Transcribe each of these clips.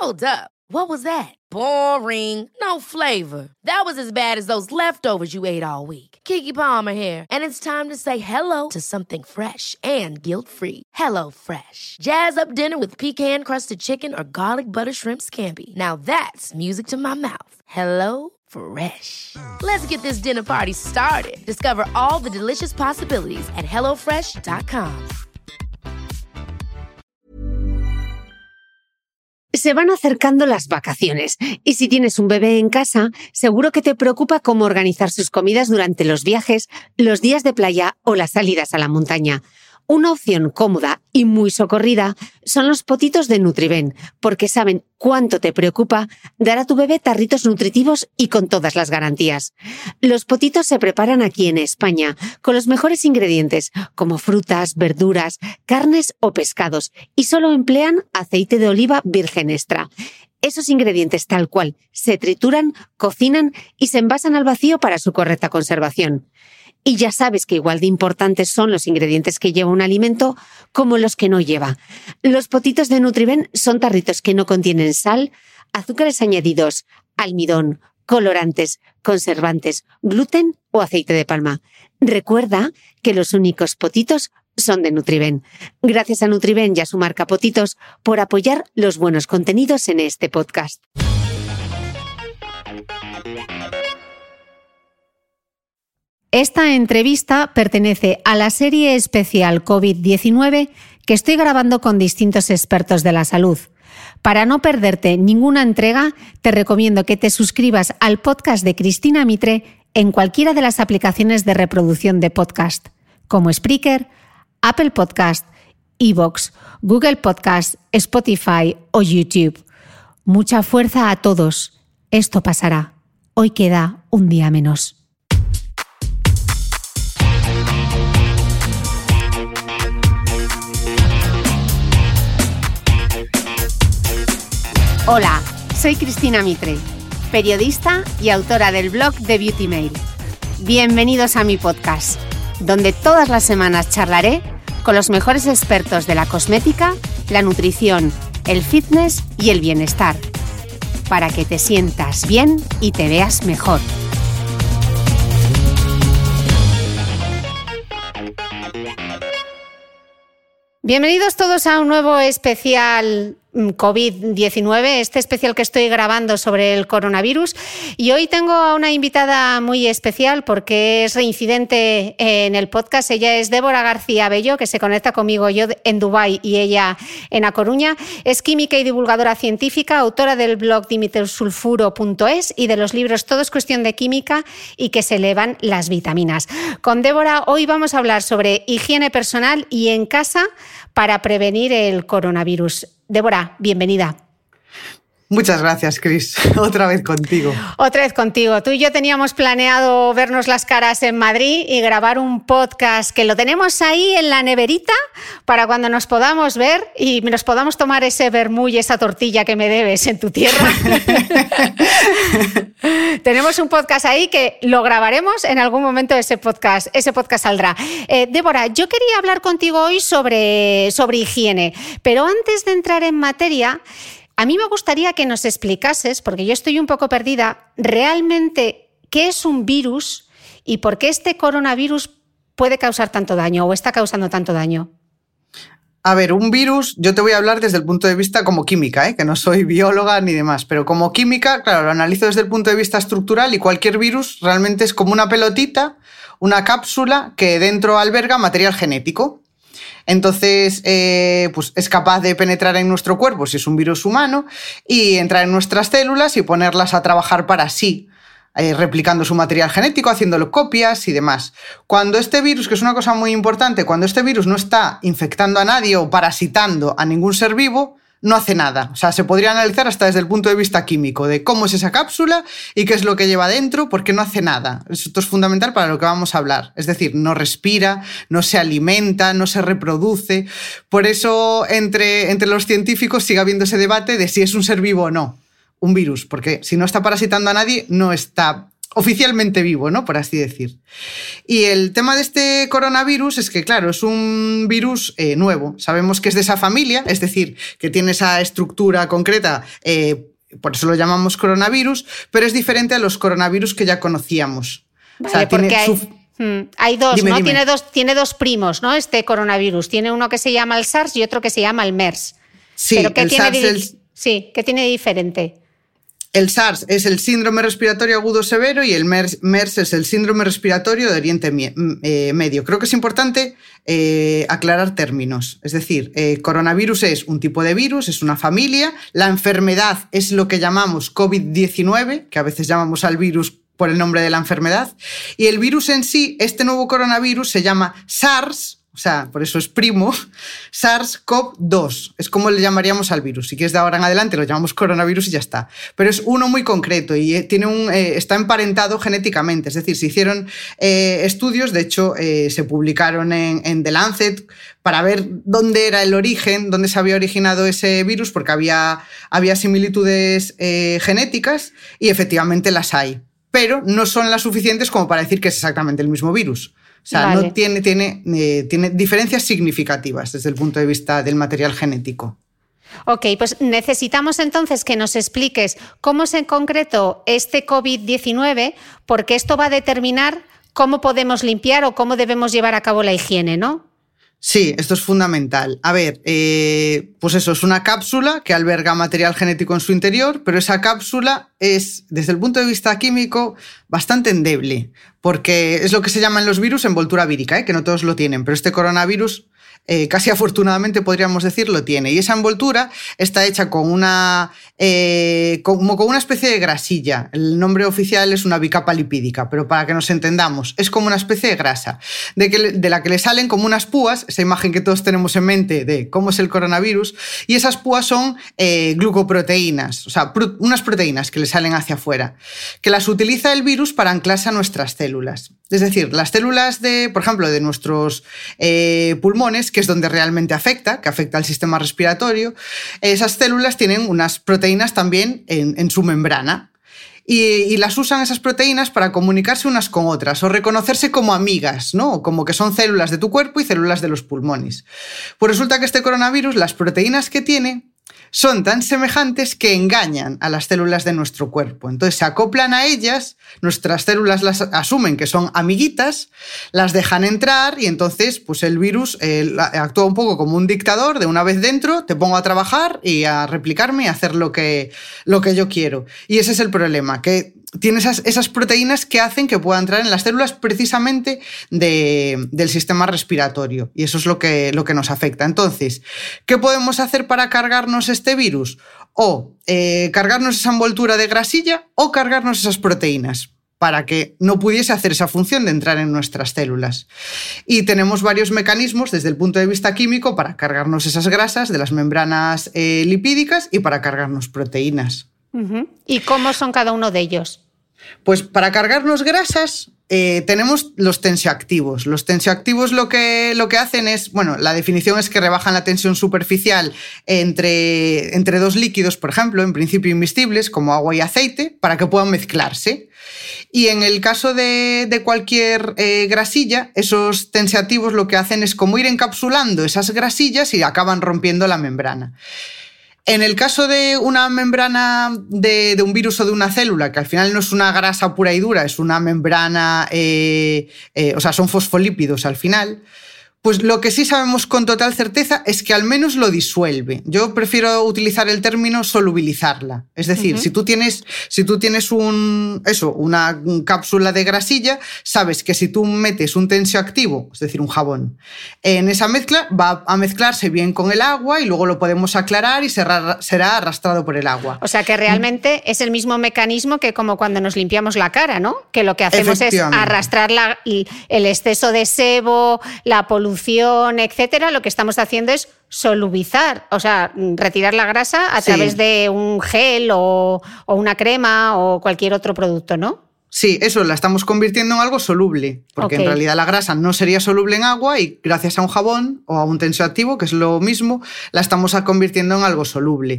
Hold up. What was that? Boring. No flavor. That was as bad as those leftovers you ate all week. Keke Palmer here, and it's time to say hello to something fresh and guilt-free. Hello Fresh. Jazz up dinner with pecan-crusted chicken or garlic butter shrimp scampi. Now that's music to my mouth. Hello Fresh. Let's get this dinner party started. Discover all the delicious possibilities at hellofresh.com. Se van acercando las vacaciones y si tienes un bebé en casa, seguro que te preocupa cómo organizar sus comidas durante los viajes, los días de playa o las salidas a la montaña. Una opción cómoda y muy socorrida son los potitos de Nutriben, porque saben cuánto te preocupa dar a tu bebé tarritos nutritivos y con todas las garantías. Los potitos se preparan aquí en España con los mejores ingredientes, como frutas, verduras, carnes o pescados, y solo emplean aceite de oliva virgen extra. Esos ingredientes tal cual se trituran, cocinan y se envasan al vacío para su correcta conservación. Y ya sabes que igual de importantes son los ingredientes que lleva un alimento como los que no lleva. Los potitos de Nutriben son tarritos que no contienen sal, azúcares añadidos, almidón, colorantes, conservantes, gluten o aceite de palma. Recuerda que los únicos potitos son de Nutriben. Gracias a Nutriben y a su marca Potitos por apoyar los buenos contenidos en este podcast. Esta entrevista pertenece a la serie especial COVID-19 que estoy grabando con distintos expertos de la salud. Para no perderte ninguna entrega, te recomiendo que te suscribas al podcast de Cristina Mitre en cualquiera de las aplicaciones de reproducción de podcast, como Spreaker, Apple Podcast, iVoox, Google Podcast, Spotify o YouTube. Mucha fuerza a todos. Esto pasará. Hoy queda un día menos. Hola, soy Cristina Mitre, periodista y autora del blog de Beauty Mail. Bienvenidos a mi podcast, donde todas las semanas charlaré con los mejores expertos de la cosmética, la nutrición, el fitness y el bienestar, para que te sientas bien y te veas mejor. Bienvenidos todos a un nuevo especial COVID-19, este especial que estoy grabando sobre el coronavirus, y hoy tengo a una invitada muy especial porque es reincidente en el podcast. Ella es Débora García Bello, que se conecta conmigo, yo en Dubái y ella en A Coruña. Es química y divulgadora científica, autora del blog dimitersulfuro.es y de los libros Todo es cuestión de química y Que se elevan las vitaminas. Con Débora hoy vamos a hablar sobre higiene personal y en casa para prevenir el coronavirus. Débora, bienvenida. Muchas gracias, Cris. Otra vez contigo. Otra vez contigo. Tú y yo teníamos planeado vernos las caras en Madrid y grabar un podcast que lo tenemos ahí en la neverita para cuando nos podamos ver y nos podamos tomar ese vermú y esa tortilla que me debes en tu tierra. Tenemos un podcast ahí que lo grabaremos en algún momento. Ese podcast saldrá. Débora, yo quería hablar contigo hoy sobre higiene, pero antes de entrar en materia, a mí me gustaría que nos explicases, porque yo estoy un poco perdida, realmente qué es un virus y por qué este coronavirus puede causar tanto daño o está causando tanto daño. A ver, un virus, yo te voy a hablar desde el punto de vista como química, que no soy bióloga ni demás, pero como química, claro, lo analizo desde el punto de vista estructural y cualquier virus realmente es como una pelotita, una cápsula que dentro alberga material genético. Entonces, pues es capaz de penetrar en nuestro cuerpo si es un virus humano y entrar en nuestras células y ponerlas a trabajar para sí, replicando su material genético, haciéndolo copias y demás. Cuando este virus, que es una cosa muy importante, cuando este virus no está infectando a nadie o parasitando a ningún ser vivo, no hace nada. O sea, se podría analizar hasta desde el punto de vista químico, de cómo es esa cápsula y qué es lo que lleva dentro, porque no hace nada. Esto es fundamental para lo que vamos a hablar. Es decir, no respira, no se alimenta, no se reproduce. Por eso, entre los científicos sigue habiendo ese debate de si es un ser vivo o no, un virus, porque si no está parasitando a nadie, no está oficialmente vivo, ¿no? Por así decir. Y el tema de este coronavirus es que, claro, es un virus nuevo. Sabemos que es de esa familia, es decir, que tiene esa estructura concreta, por eso lo llamamos coronavirus, pero es diferente a los coronavirus que ya conocíamos. Vale, o sea, porque hay dos, dime, ¿no? Dime. Tiene dos primos, ¿no? Este coronavirus. Tiene uno que se llama el SARS y otro que se llama el MERS. Sí, ¿pero qué el tiene SARS ¿qué tiene de diferente? El SARS es el síndrome respiratorio agudo severo y el MERS es el síndrome respiratorio de Oriente Medio. Creo que es importante aclarar términos. Es decir, coronavirus es un tipo de virus, es una familia. La enfermedad es lo que llamamos COVID-19, que a veces llamamos al virus por el nombre de la enfermedad. Y el virus en sí, este nuevo coronavirus, se llama SARS, o sea, por eso es primo, SARS-CoV-2. Es como le llamaríamos al virus. Si quieres, de ahora en adelante lo llamamos coronavirus y ya está. Pero es uno muy concreto y está emparentado genéticamente. Es decir, se hicieron estudios, de hecho, se publicaron en The Lancet para ver dónde era el origen, dónde se había originado ese virus, porque había similitudes genéticas y efectivamente las hay. Pero no son las suficientes como para decir que es exactamente el mismo virus. O sea, vale. no tiene diferencias significativas desde el punto de vista del material genético. Ok, pues necesitamos entonces que nos expliques cómo es en concreto este COVID-19, porque esto va a determinar cómo podemos limpiar o cómo debemos llevar a cabo la higiene, ¿no? Sí, esto es fundamental. A ver, pues eso, es una cápsula que alberga material genético en su interior, pero esa cápsula es, desde el punto de vista químico, bastante endeble, porque es lo que se llama en los virus envoltura vírica, que no todos lo tienen, pero este coronavirus casi afortunadamente podríamos decir lo tiene. Y esa envoltura está hecha con una especie de grasilla. El nombre oficial es una bicapa lipídica, pero para que nos entendamos, es como una especie de grasa de la que le salen como unas púas, esa imagen que todos tenemos en mente de cómo es el coronavirus, y esas púas son glucoproteínas, o sea, unas proteínas que le salen hacia afuera, que las utiliza el virus para anclarse a nuestras células. Es decir, las células por ejemplo, de nuestros pulmones, que es donde realmente afecta, que afecta al sistema respiratorio, esas células tienen unas proteínas también en su membrana. Y las usan esas proteínas para comunicarse unas con otras o reconocerse como amigas, ¿no? Como que son células de tu cuerpo y células de los pulmones. Pues resulta que este coronavirus, las proteínas que tiene, son tan semejantes que engañan a las células de nuestro cuerpo. Entonces se acoplan a ellas, nuestras células las asumen que son amiguitas, las dejan entrar y entonces pues el virus actúa un poco como un dictador. De una vez dentro te pongo a trabajar y a replicarme y a hacer lo que yo quiero. Y ese es el problema, que tiene esas proteínas que hacen que pueda entrar en las células precisamente del sistema respiratorio. Y eso es lo que nos afecta. Entonces, ¿qué podemos hacer para cargarnos este virus? O cargarnos esa envoltura de grasilla o cargarnos esas proteínas para que no pudiese hacer esa función de entrar en nuestras células. Y tenemos varios mecanismos desde el punto de vista químico para cargarnos esas grasas de las membranas lipídicas y para cargarnos proteínas. Uh-huh. ¿Y cómo son cada uno de ellos? Pues para cargarnos grasas tenemos los tensioactivos. Los tensioactivos lo que hacen es, bueno, la definición es que rebajan la tensión superficial entre dos líquidos, por ejemplo, en principio invisibles, como agua y aceite, para que puedan mezclarse. Y en el caso de cualquier grasilla, esos tensioactivos lo que hacen es como ir encapsulando esas grasillas y acaban rompiendo la membrana. En el caso de una membrana de un virus o de una célula, que al final no es una grasa pura y dura, es una membrana, o sea, son fosfolípidos al final, pues lo que sí sabemos con total certeza es que al menos lo disuelve. Yo prefiero utilizar el término solubilizarla. Es decir, uh-huh. si tú tienes una cápsula de grasilla, sabes que si tú metes un tensioactivo, es decir, un jabón, en esa mezcla va a mezclarse bien con el agua y luego lo podemos aclarar y será arrastrado por el agua. O sea que realmente es el mismo mecanismo que como cuando nos limpiamos la cara, ¿no? Que lo que hacemos es arrastrar el exceso de sebo, la polución, etcétera. Lo que estamos haciendo es solubilizar, o sea, retirar la grasa a través de un gel o una crema o cualquier otro producto, ¿no? Sí, eso, la estamos convirtiendo en algo soluble, porque en realidad la grasa no sería soluble en agua y gracias a un jabón o a un tensioactivo, que es lo mismo, la estamos convirtiendo en algo soluble.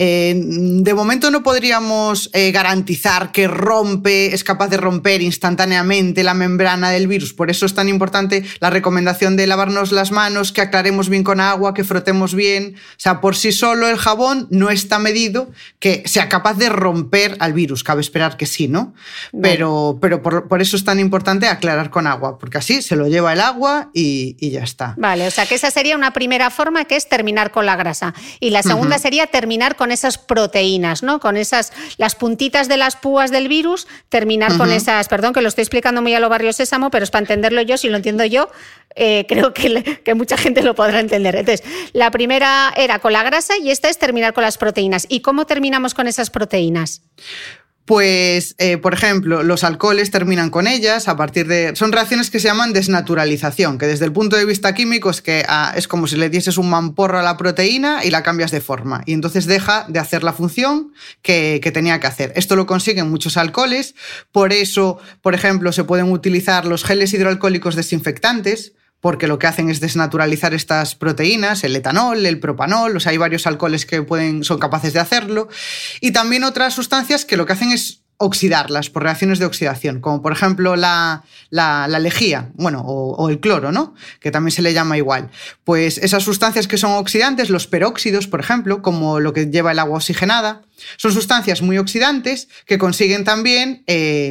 De momento no podríamos garantizar que es capaz de romper instantáneamente la membrana del virus, por eso es tan importante la recomendación de lavarnos las manos, que aclaremos bien con agua, que frotemos bien. O sea, por sí solo el jabón no está medido que sea capaz de romper al virus, cabe esperar que sí, ¿no? Pero por eso es tan importante aclarar con agua, porque así se lo lleva el agua y ya está. Vale, o sea que esa sería una primera forma, que es terminar con la grasa. Y la segunda sería terminar con esas proteínas, ¿no? Con las puntitas de las púas del virus, terminar con esas, perdón que lo estoy explicando muy a lo Barrio Sésamo, pero es para entenderlo yo, si lo entiendo yo, creo que mucha gente lo podrá entender. Entonces, la primera era con la grasa y esta es terminar con las proteínas. ¿Y cómo terminamos con esas proteínas? Pues, por ejemplo, los alcoholes terminan con ellas a partir de... Son reacciones que se llaman desnaturalización, que desde el punto de vista químico es como si le dieses un mamporro a la proteína y la cambias de forma. Y entonces deja de hacer la función que tenía que hacer. Esto lo consiguen muchos alcoholes. Por eso, por ejemplo, se pueden utilizar los geles hidroalcohólicos desinfectantes, porque lo que hacen es desnaturalizar estas proteínas, el etanol, el propanol, o sea, hay varios alcoholes que son capaces de hacerlo, y también otras sustancias que lo que hacen es oxidarlas por reacciones de oxidación, como por ejemplo la lejía, o el cloro, ¿no? Que también se le llama igual. Pues esas sustancias que son oxidantes, los peróxidos, por ejemplo, como lo que lleva el agua oxigenada, son sustancias muy oxidantes que consiguen también,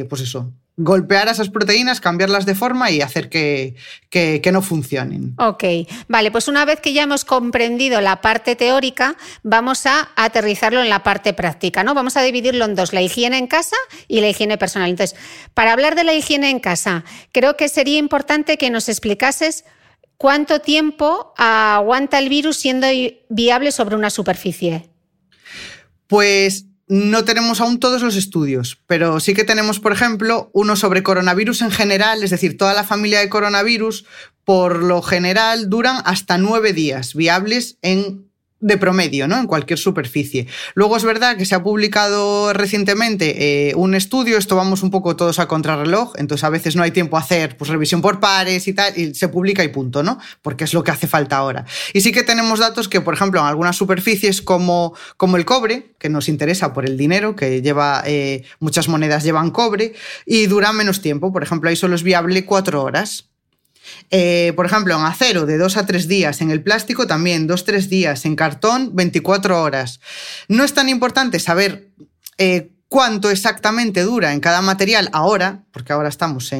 golpear a esas proteínas, cambiarlas de forma y hacer que no funcionen. Ok, vale, pues una vez que ya hemos comprendido la parte teórica, vamos a aterrizarlo en la parte práctica, ¿no? Vamos a dividirlo en dos, la higiene en casa y la higiene personal. Entonces, para hablar de la higiene en casa, creo que sería importante que nos explicases cuánto tiempo aguanta el virus siendo viable sobre una superficie. Pues no tenemos aún todos los estudios, pero sí que tenemos, por ejemplo, uno sobre coronavirus en general, es decir, toda la familia de coronavirus, por lo general duran hasta 9 días viables de promedio, ¿no? En cualquier superficie. Luego es verdad que se ha publicado recientemente un estudio, esto vamos un poco todos a contrarreloj, entonces a veces no hay tiempo a hacer revisión por pares y tal, y se publica y punto, ¿no? Porque es lo que hace falta ahora. Y sí que tenemos datos que, por ejemplo, en algunas superficies como el cobre, que nos interesa por el dinero, que lleva muchas monedas llevan cobre, y dura menos tiempo. Por ejemplo, ahí solo es viable 4 horas. Por ejemplo, en acero de 2 a 3 días, en el plástico también 2-3 días, en cartón 24 horas. No es tan importante saber cuánto exactamente dura en cada material ahora, porque ahora estamos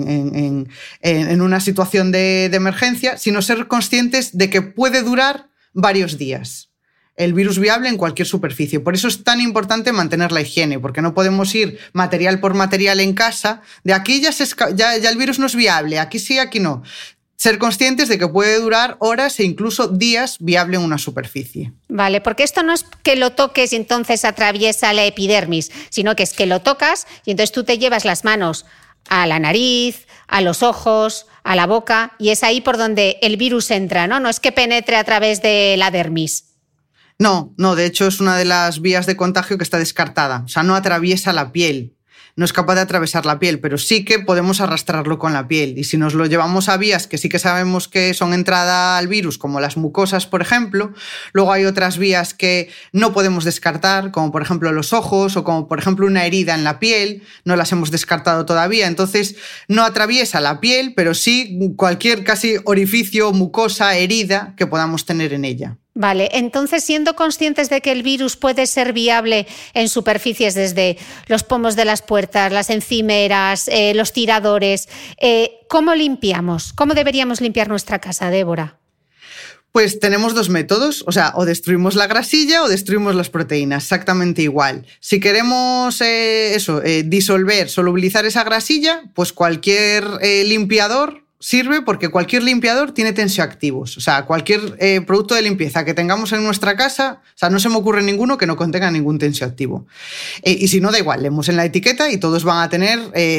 en una situación de emergencia, sino ser conscientes de que puede durar varios días el virus viable en cualquier superficie. Por eso es tan importante mantener la higiene, porque no podemos ir material por material en casa, de aquí ya el virus no es viable, aquí sí, aquí no. Ser conscientes de que puede durar horas e incluso días viable en una superficie. Vale, porque esto no es que lo toques y entonces atraviesa la epidermis, sino que es que lo tocas y entonces tú te llevas las manos a la nariz, a los ojos, a la boca, y es ahí por donde el virus entra, ¿no? No es que penetre a través de la dermis. No, de hecho es una de las vías de contagio que está descartada. O sea, no atraviesa la piel, no es capaz de atravesar la piel, pero sí que podemos arrastrarlo con la piel. Y si nos lo llevamos a vías que sí que sabemos que son entrada al virus, como las mucosas, por ejemplo, luego hay otras vías que no podemos descartar, como por ejemplo los ojos o como por ejemplo una herida en la piel, no las hemos descartado todavía. Entonces no atraviesa la piel, pero sí cualquier casi orificio, mucosa, herida que podamos tener en ella. Vale, entonces siendo conscientes de que el virus puede ser viable en superficies desde los pomos de las puertas, las encimeras, los tiradores, ¿cómo limpiamos? ¿Cómo deberíamos limpiar nuestra casa, Débora? Pues tenemos 2 métodos, o destruimos la grasilla o destruimos las proteínas, exactamente igual. Si queremos disolver, solubilizar esa grasilla, pues cualquier limpiador sirve, porque cualquier limpiador tiene tensioactivos. O sea, cualquier producto de limpieza que tengamos en nuestra casa, no se me ocurre ninguno que no contenga ningún tensioactivo. Y si no, da igual, leemos en la etiqueta y todos van a tener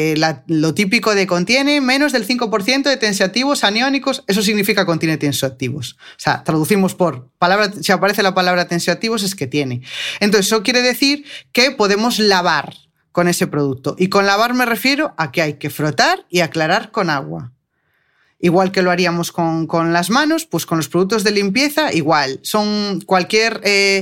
lo típico de contiene menos del 5% de tensioactivos aniónicos. Eso significa contiene tensioactivos. O sea, traducimos por palabra, si aparece la palabra tensioactivos es que tiene. Entonces, eso quiere decir que podemos lavar con ese producto. Y con lavar me refiero a que hay que frotar y aclarar con agua. Igual que lo haríamos con las manos, pues con los productos de limpieza igual. Son cualquier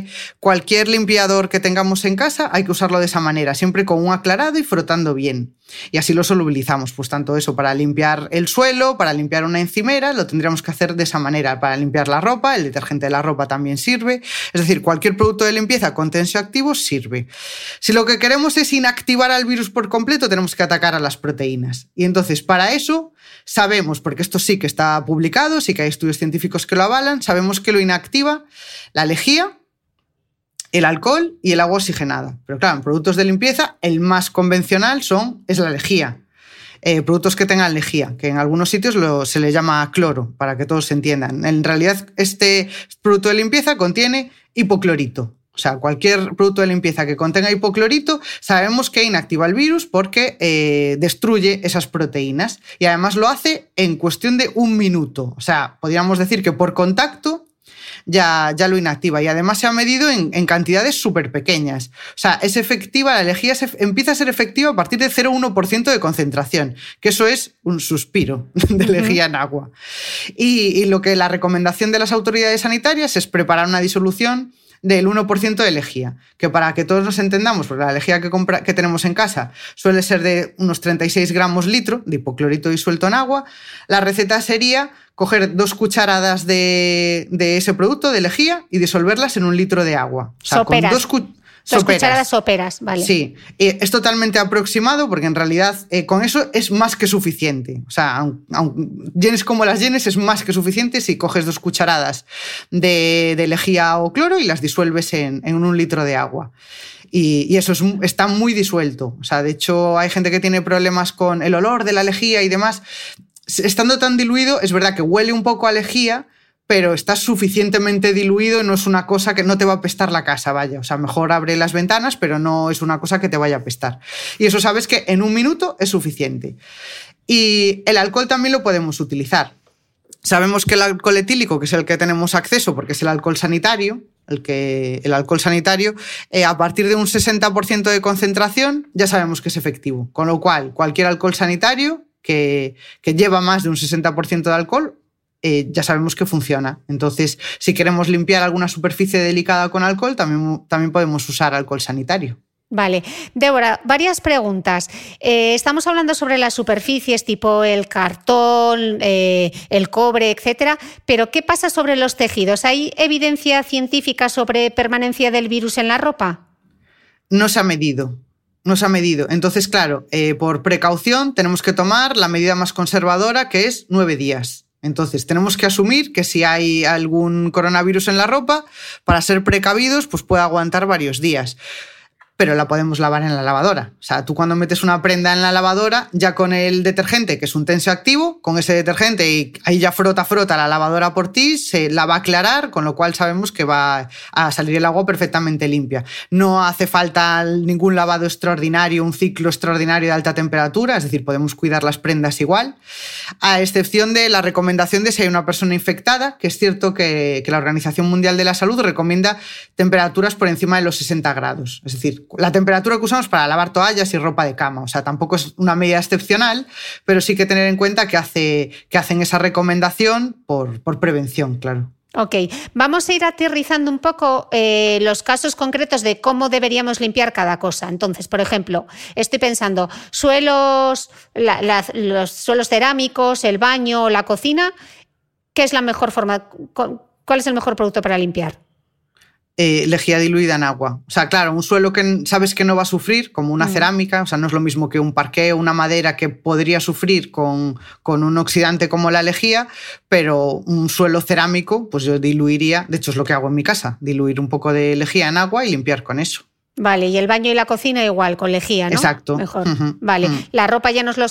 limpiador que tengamos en casa hay que usarlo de esa manera, siempre con un aclarado y frotando bien. Y así lo solubilizamos, pues tanto eso para limpiar el suelo, para limpiar una encimera, lo tendríamos que hacer de esa manera. Para limpiar la ropa, el detergente de la ropa también sirve. Es decir, cualquier producto de limpieza con tensioactivo sirve. Si lo que queremos es inactivar al virus por completo, tenemos que atacar a las proteínas. Y entonces, para eso, sabemos, porque esto sí que está publicado, sí que hay estudios científicos que lo avalan, sabemos que lo inactiva la lejía, el alcohol y el agua oxigenada. Pero claro, en productos de limpieza, el más convencional es la lejía. Productos que tengan lejía, que en algunos sitios se le llama cloro, para que todos se entiendan. En realidad, este producto de limpieza contiene hipoclorito. O sea, cualquier producto de limpieza que contenga hipoclorito, sabemos que inactiva el virus porque destruye esas proteínas. Y además lo hace en cuestión de 1 minuto. O sea, podríamos decir que por contacto ya lo inactiva. Y además se ha medido en cantidades súper pequeñas. O sea, es efectiva, la lejía empieza a ser efectiva a partir de 0,1% de concentración, que eso es un suspiro de lejía en agua. Y lo que la recomendación de las autoridades sanitarias es preparar una disolución del 1% de lejía, que para que todos nos entendamos, porque la lejía que tenemos en casa suele ser de unos 36 gramos litro de hipoclorito disuelto en agua, la receta sería coger 2 cucharadas de ese producto de lejía y disolverlas en 1 litro de agua. O sea, soperas. Con 2 cucharadas soperas, vale. Sí, es totalmente aproximado porque en realidad con eso es más que suficiente. O sea, aun llenes como las llenes, es más que suficiente si coges 2 cucharadas de lejía o cloro y las disuelves en 1 litro de agua. Y eso está muy disuelto. O sea, de hecho, hay gente que tiene problemas con el olor de la lejía y demás. Estando tan diluido, es verdad que huele un poco a lejía, pero está suficientemente diluido y no es una cosa que no te va a apestar la casa, vaya. O sea, mejor abre las ventanas, pero no es una cosa que te vaya a apestar. Y eso sabes que en 1 minuto es suficiente. Y el alcohol también lo podemos utilizar. Sabemos que el alcohol etílico, que es el que tenemos acceso porque es el alcohol sanitario, el alcohol sanitario, a partir de un 60% de concentración ya sabemos que es efectivo. Con lo cual, cualquier alcohol sanitario que lleva más de un 60% de alcohol, ya sabemos que funciona. Entonces, si queremos limpiar alguna superficie delicada con alcohol, también podemos usar alcohol sanitario. Vale. Débora, varias preguntas. Estamos hablando sobre las superficies tipo el cartón, el cobre, etcétera, pero ¿qué pasa sobre los tejidos? ¿Hay evidencia científica sobre permanencia del virus en la ropa? No se ha medido. Entonces, claro, por precaución tenemos que tomar la medida más conservadora, que es 9 días. Entonces, tenemos que asumir que si hay algún coronavirus en la ropa, para ser precavidos, pues puede aguantar varios días. Pero la podemos lavar en la lavadora. O sea, tú cuando metes una prenda en la lavadora, ya con el detergente, que es un tensioactivo, con ese detergente y ahí ya frota la lavadora por ti, se la va a aclarar, con lo cual sabemos que va a salir el agua perfectamente limpia. No hace falta ningún lavado extraordinario, un ciclo extraordinario de alta temperatura, es decir, podemos cuidar las prendas igual, a excepción de la recomendación de si hay una persona infectada, que es cierto que la Organización Mundial de la Salud recomienda temperaturas por encima de los 60 grados. Es decir, la temperatura que usamos para lavar toallas y ropa de cama. O sea, tampoco es una medida excepcional, pero sí que tener en cuenta que hacen esa recomendación por prevención, claro. Ok, vamos a ir aterrizando un poco los casos concretos de cómo deberíamos limpiar cada cosa. Entonces, por ejemplo, estoy pensando, suelos, los suelos cerámicos, el baño, la cocina, ¿qué es la mejor forma? ¿Cuál es el mejor producto para limpiar? Lejía diluida en agua. O sea, claro, un suelo que sabes que no va a sufrir, como una cerámica, o sea, no es lo mismo que un parqué o una madera que podría sufrir con un oxidante como la lejía, pero un suelo cerámico, pues yo diluiría, de hecho es lo que hago en mi casa, diluir un poco de lejía en agua y limpiar con eso. Vale, y el baño y la cocina igual, con lejía, ¿no? Exacto. Mejor. Vale, la ropa ya nos lo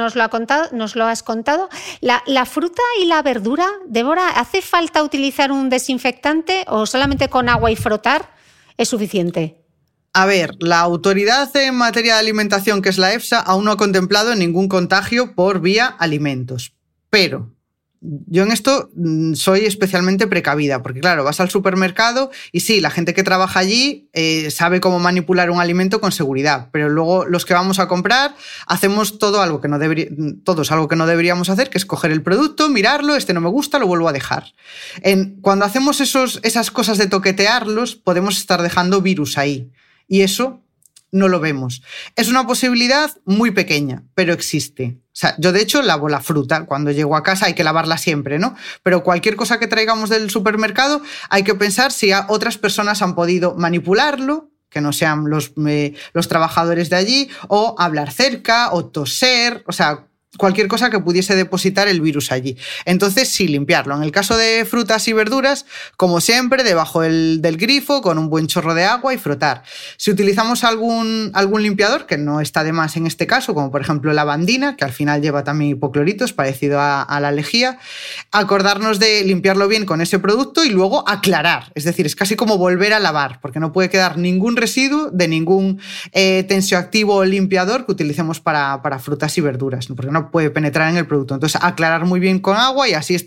has contado. La fruta y la verdura, Débora, ¿hace falta utilizar un desinfectante o solamente con agua y frotar es suficiente? A ver, la autoridad en materia de alimentación, que es la EFSA, aún no ha contemplado ningún contagio por vía alimentos, pero yo en esto soy especialmente precavida, porque claro, vas al supermercado y sí, la gente que trabaja allí sabe cómo manipular un alimento con seguridad, pero luego los que vamos a comprar hacemos todo algo que no deberíamos hacer, que es coger el producto, mirarlo, no me gusta, lo vuelvo a dejar. Cuando hacemos esas cosas de toquetearlos, podemos estar dejando virus ahí, y eso no lo vemos. Es una posibilidad muy pequeña, pero existe. O sea, yo de hecho lavo la fruta cuando llego a casa, hay que lavarla siempre, ¿no? Pero cualquier cosa que traigamos del supermercado hay que pensar si otras personas han podido manipularlo, que no sean los trabajadores de allí, o hablar cerca, o toser, o sea, cualquier cosa que pudiese depositar el virus allí. Entonces, sí, limpiarlo. En el caso de frutas y verduras, como siempre, debajo del grifo, con un buen chorro de agua y frotar. Si utilizamos algún limpiador, que no está de más en este caso, como por ejemplo lavandina, que al final lleva también hipoclorito, es parecido a la lejía, acordarnos de limpiarlo bien con ese producto y luego aclarar. Es decir, es casi como volver a lavar, porque no puede quedar ningún residuo de ningún tensioactivo o limpiador que utilicemos para frutas y verduras, ¿no? Porque no puede penetrar en el producto. Entonces, aclarar muy bien con agua y así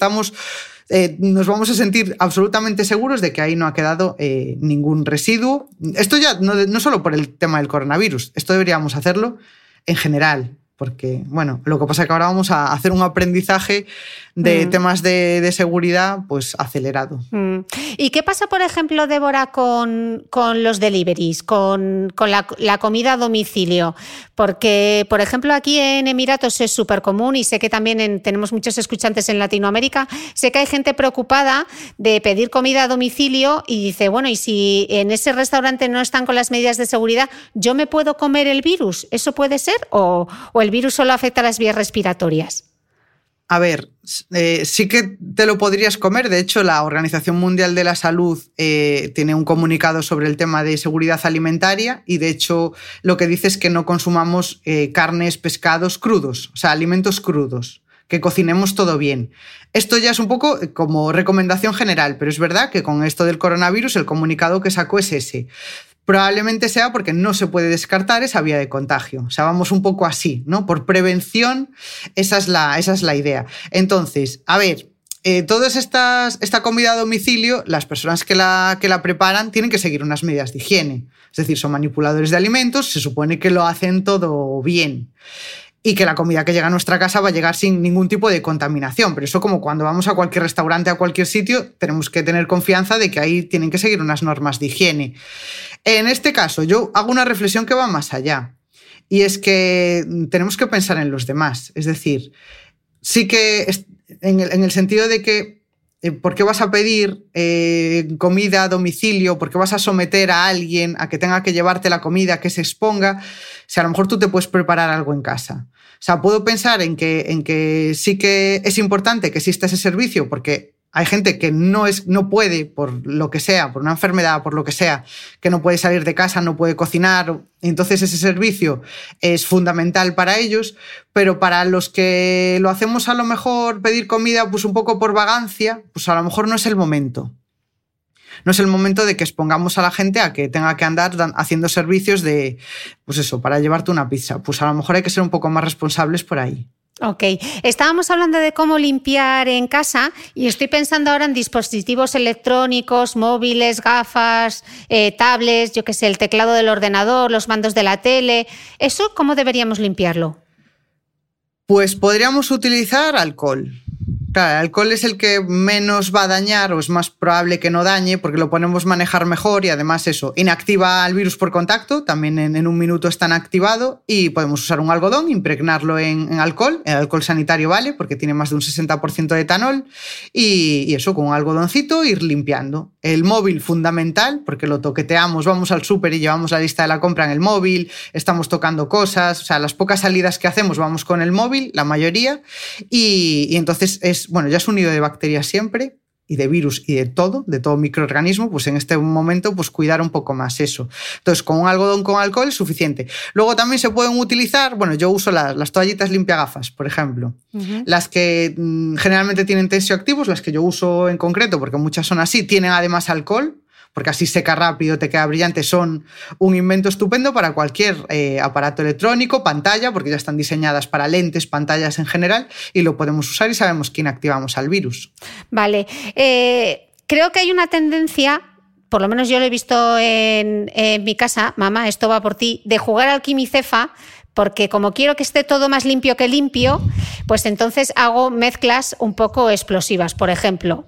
nos vamos a sentir absolutamente seguros de que ahí no ha quedado ningún residuo. Esto ya no solo por el tema del coronavirus, esto deberíamos hacerlo en general, porque, bueno, lo que pasa es que ahora vamos a hacer un aprendizaje de temas de seguridad pues acelerado. ¿Y qué pasa, por ejemplo, Débora, con los deliveries, con la comida a domicilio? Porque, por ejemplo, aquí en Emiratos es súper común y sé que también tenemos muchos escuchantes en Latinoamérica, sé que hay gente preocupada de pedir comida a domicilio y dice, bueno, y si en ese restaurante no están con las medidas de seguridad, ¿yo me puedo comer el virus? ¿Eso puede ser? ¿O el virus solo afecta a las vías respiratorias? A ver, sí que te lo podrías comer. De hecho, la Organización Mundial de la Salud tiene un comunicado sobre el tema de seguridad alimentaria y, de hecho, lo que dice es que no consumamos carnes, pescados crudos, o sea, alimentos crudos, que cocinemos todo bien. Esto ya es un poco como recomendación general, pero es verdad que con esto del coronavirus el comunicado que sacó es ese. Probablemente sea porque no se puede descartar esa vía de contagio. O sea, vamos un poco así, ¿no? Por prevención, esa es la idea. Entonces, a ver, toda esta comida a domicilio, las personas que la preparan tienen que seguir unas medidas de higiene. Es decir, son manipuladores de alimentos, se supone que lo hacen todo bien. Y que la comida que llega a nuestra casa va a llegar sin ningún tipo de contaminación. Pero eso, como cuando vamos a cualquier restaurante, a cualquier sitio, tenemos que tener confianza de que ahí tienen que seguir unas normas de higiene. En este caso, yo hago una reflexión que va más allá. Y es que tenemos que pensar en los demás. Es decir, sí que en el sentido de que ¿por qué vas a pedir comida a domicilio? ¿Por qué vas a someter a alguien a que tenga que llevarte la comida, que se exponga? Si a lo mejor tú te puedes preparar algo en casa. O sea, puedo pensar en que sí que es importante que exista ese servicio, porque hay gente que no puede, por lo que sea, por una enfermedad, por lo que sea, que no puede salir de casa, no puede cocinar. Entonces ese servicio es fundamental para ellos, pero para los que lo hacemos a lo mejor pedir comida pues un poco por vagancia, pues a lo mejor no es el momento. No es el momento de que expongamos a la gente a que tenga que andar haciendo servicios de, pues eso, para llevarte una pizza. Pues a lo mejor hay que ser un poco más responsables por ahí. Ok, estábamos hablando de cómo limpiar en casa y estoy pensando ahora en dispositivos electrónicos, móviles, gafas, tablets, yo qué sé, el teclado del ordenador, los mandos de la tele. ¿Eso cómo deberíamos limpiarlo? Pues podríamos utilizar alcohol. Claro, el alcohol es el que menos va a dañar o es más probable que no dañe porque lo podemos manejar mejor y además eso, inactiva el virus por contacto, también en un minuto está activado y podemos usar un algodón, impregnarlo en alcohol, el alcohol sanitario vale porque tiene más de un 60% de etanol y eso con un algodoncito ir limpiando. El móvil fundamental porque lo toqueteamos, vamos al súper y llevamos la lista de la compra en el móvil, estamos tocando cosas, o sea, las pocas salidas que hacemos vamos con el móvil, la mayoría, y entonces ya es un nido de bacterias siempre y de virus y de todo microorganismo, pues en este momento pues cuidar un poco más eso. Entonces con un algodón con alcohol es suficiente. Luego también se pueden utilizar, yo uso las toallitas limpiagafas, por ejemplo. Uh-huh. Las que generalmente tienen tensioactivos, las que yo uso en concreto, porque muchas son así, tienen además alcohol, porque así seca rápido, te queda brillante, son un invento estupendo para cualquier aparato electrónico, pantalla, porque ya están diseñadas para lentes, pantallas en general, y lo podemos usar y sabemos que inactivamos al virus. Vale. Creo que hay una tendencia, por lo menos yo lo he visto en mi casa, mamá, esto va por ti, de jugar al quimicefa, porque como quiero que esté todo más limpio que limpio, pues entonces hago mezclas un poco explosivas. Por ejemplo,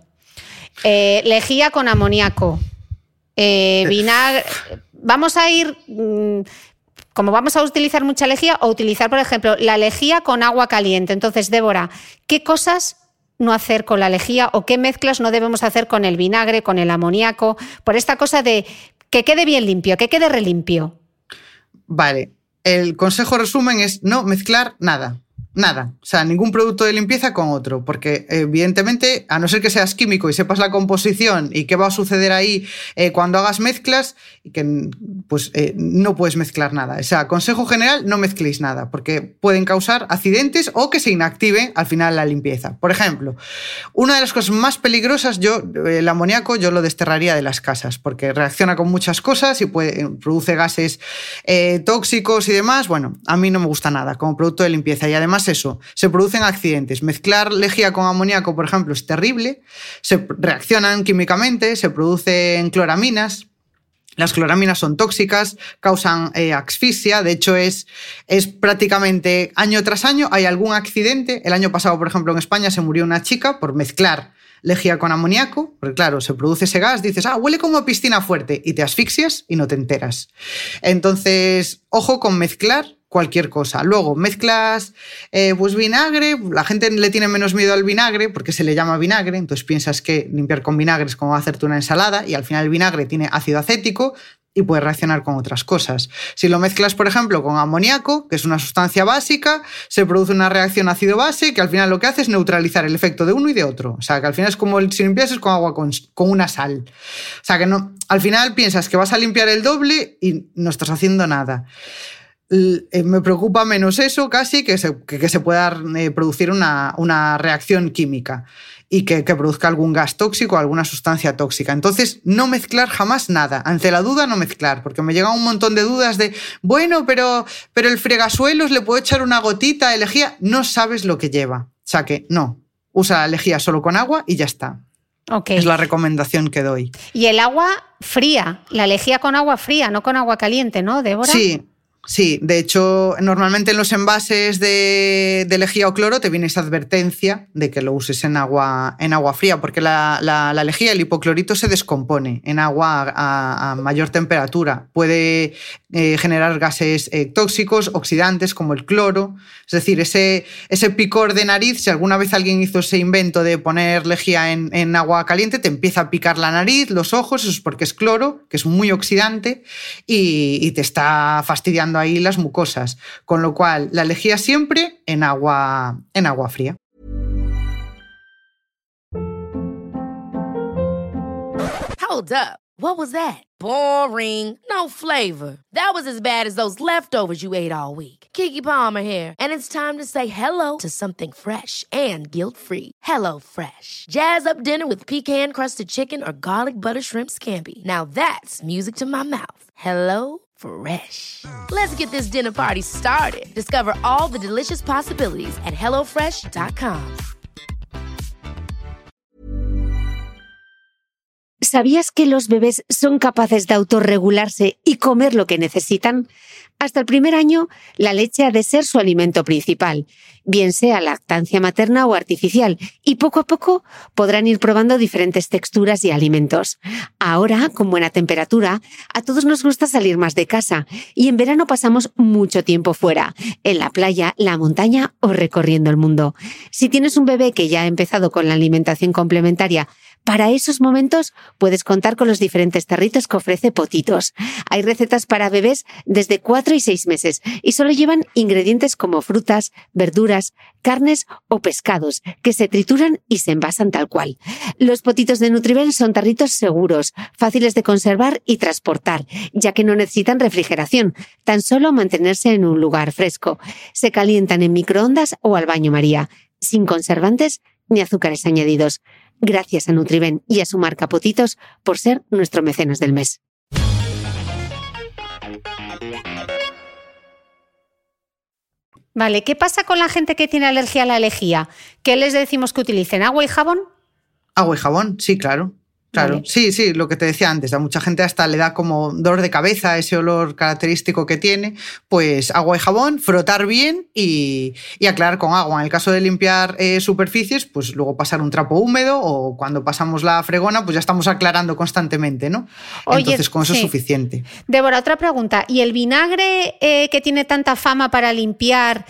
lejía con amoníaco, vinagre. Vamos a ir, como vamos a utilizar mucha lejía, o utilizar, por ejemplo, la lejía con agua caliente. Entonces, Débora, ¿qué cosas no hacer con la lejía o qué mezclas no debemos hacer con el vinagre, con el amoníaco, por esta cosa de que quede bien limpio, que quede relimpio? Vale. El consejo resumen es no mezclar nada. Nada, o sea, ningún producto de limpieza con otro, porque evidentemente, a no ser que seas químico y sepas la composición y qué va a suceder ahí cuando hagas mezclas, pues no puedes mezclar nada. O sea, consejo general, no mezcléis nada, porque pueden causar accidentes o que se inactive al final la limpieza. Por ejemplo, una de las cosas más peligrosas, el amoníaco yo lo desterraría de las casas, porque reacciona con muchas cosas y produce gases tóxicos y demás. Bueno, a mí no me gusta nada como producto de limpieza y además eso, se producen accidentes. Mezclar lejía con amoníaco, por ejemplo, es terrible. Se reaccionan químicamente, se producen cloraminas. Las cloraminas son tóxicas, causan asfixia. De hecho, es prácticamente año tras año hay algún accidente. El año pasado, por ejemplo, en España se murió una chica por mezclar lejía con amoníaco, porque claro, se produce ese gas, dices, huele como a piscina fuerte, y te asfixias y no te enteras. Entonces, ojo con mezclar cualquier cosa. Luego, mezclas pues vinagre, la gente le tiene menos miedo al vinagre porque se le llama vinagre, entonces piensas que limpiar con vinagre es como hacerte una ensalada y al final el vinagre tiene ácido acético y puede reaccionar con otras cosas. Si lo mezclas, por ejemplo, con amoníaco, que es una sustancia básica, se produce una reacción ácido-base que al final lo que hace es neutralizar el efecto de uno y de otro. O sea, que al final es como si limpiases con agua con una sal. O sea, que no, al final piensas que vas a limpiar el doble y no estás haciendo nada. Me preocupa menos eso casi que se pueda producir una reacción química y que produzca algún gas tóxico o alguna sustancia tóxica. Entonces, no mezclar jamás nada. Ante la duda, no mezclar, porque me llegan un montón de dudas de, bueno, pero el fregasuelos le puedo echar una gotita de lejía. No sabes lo que lleva. O sea que no, usa la lejía solo con agua y ya está. Okay. Es la recomendación que doy. Y el agua fría, la lejía con agua fría, no con agua caliente, ¿no, Débora? Sí, de hecho, normalmente en los envases de lejía o cloro te viene esa advertencia de que lo uses en agua fría, porque la lejía, el hipoclorito, se descompone en agua a mayor temperatura. Puede generar gases tóxicos, oxidantes, como el cloro. Es decir, ese picor de nariz, si alguna vez alguien hizo ese invento de poner lejía en agua caliente, te empieza a picar la nariz, los ojos, eso es porque es cloro, que es muy oxidante y te está fastidiando ahí las mucosas, con lo cual la lejía siempre en agua fría. Hold up. What was that? Boring. No flavor. That was as bad as those leftovers you ate all week. Keke Palmer here, and it's time to say hello to something fresh and guilt-free. Hello Fresh. Jazz up dinner with pecan-crusted chicken or garlic butter shrimp scampi. Now that's music to my mouth. Hello Fresh. Let's get this dinner party started. Discover all the delicious possibilities at HelloFresh.com. ¿Sabías que los bebés son capaces de autorregularse y comer lo que necesitan? Hasta el primer año, la leche ha de ser su alimento principal, bien sea lactancia materna o artificial, y poco a poco podrán ir probando diferentes texturas y alimentos. Ahora, con buena temperatura, a todos nos gusta salir más de casa, y en verano pasamos mucho tiempo fuera, en la playa, la montaña o recorriendo el mundo. Si tienes un bebé que ya ha empezado con la alimentación complementaria, para esos momentos puedes contar con los diferentes tarritos que ofrece Potitos. Hay recetas para bebés desde 4 y 6 meses y solo llevan ingredientes como frutas, verduras, carnes o pescados que se trituran y se envasan tal cual. Los Potitos de Nutribel son tarritos seguros, fáciles de conservar y transportar, ya que no necesitan refrigeración, tan solo mantenerse en un lugar fresco. Se calientan en microondas o al baño María, sin conservantes ni azúcares añadidos. Gracias a Nutriben y a su marca Potitos por ser nuestro mecenas del mes. Vale, ¿qué pasa con la gente que tiene alergia a la lejía? ¿Qué les decimos que utilicen? ¿Agua y jabón? Agua y jabón, sí, claro. Claro, vale. Sí, lo que te decía antes, a mucha gente hasta le da como dolor de cabeza, ese olor característico que tiene, pues agua y jabón, frotar bien y aclarar con agua. En el caso de limpiar superficies, pues luego pasar un trapo húmedo o cuando pasamos la fregona, pues ya estamos aclarando constantemente, ¿no? Oye, entonces con eso es suficiente. Débora, otra pregunta. ¿Y el vinagre que tiene tanta fama para limpiar,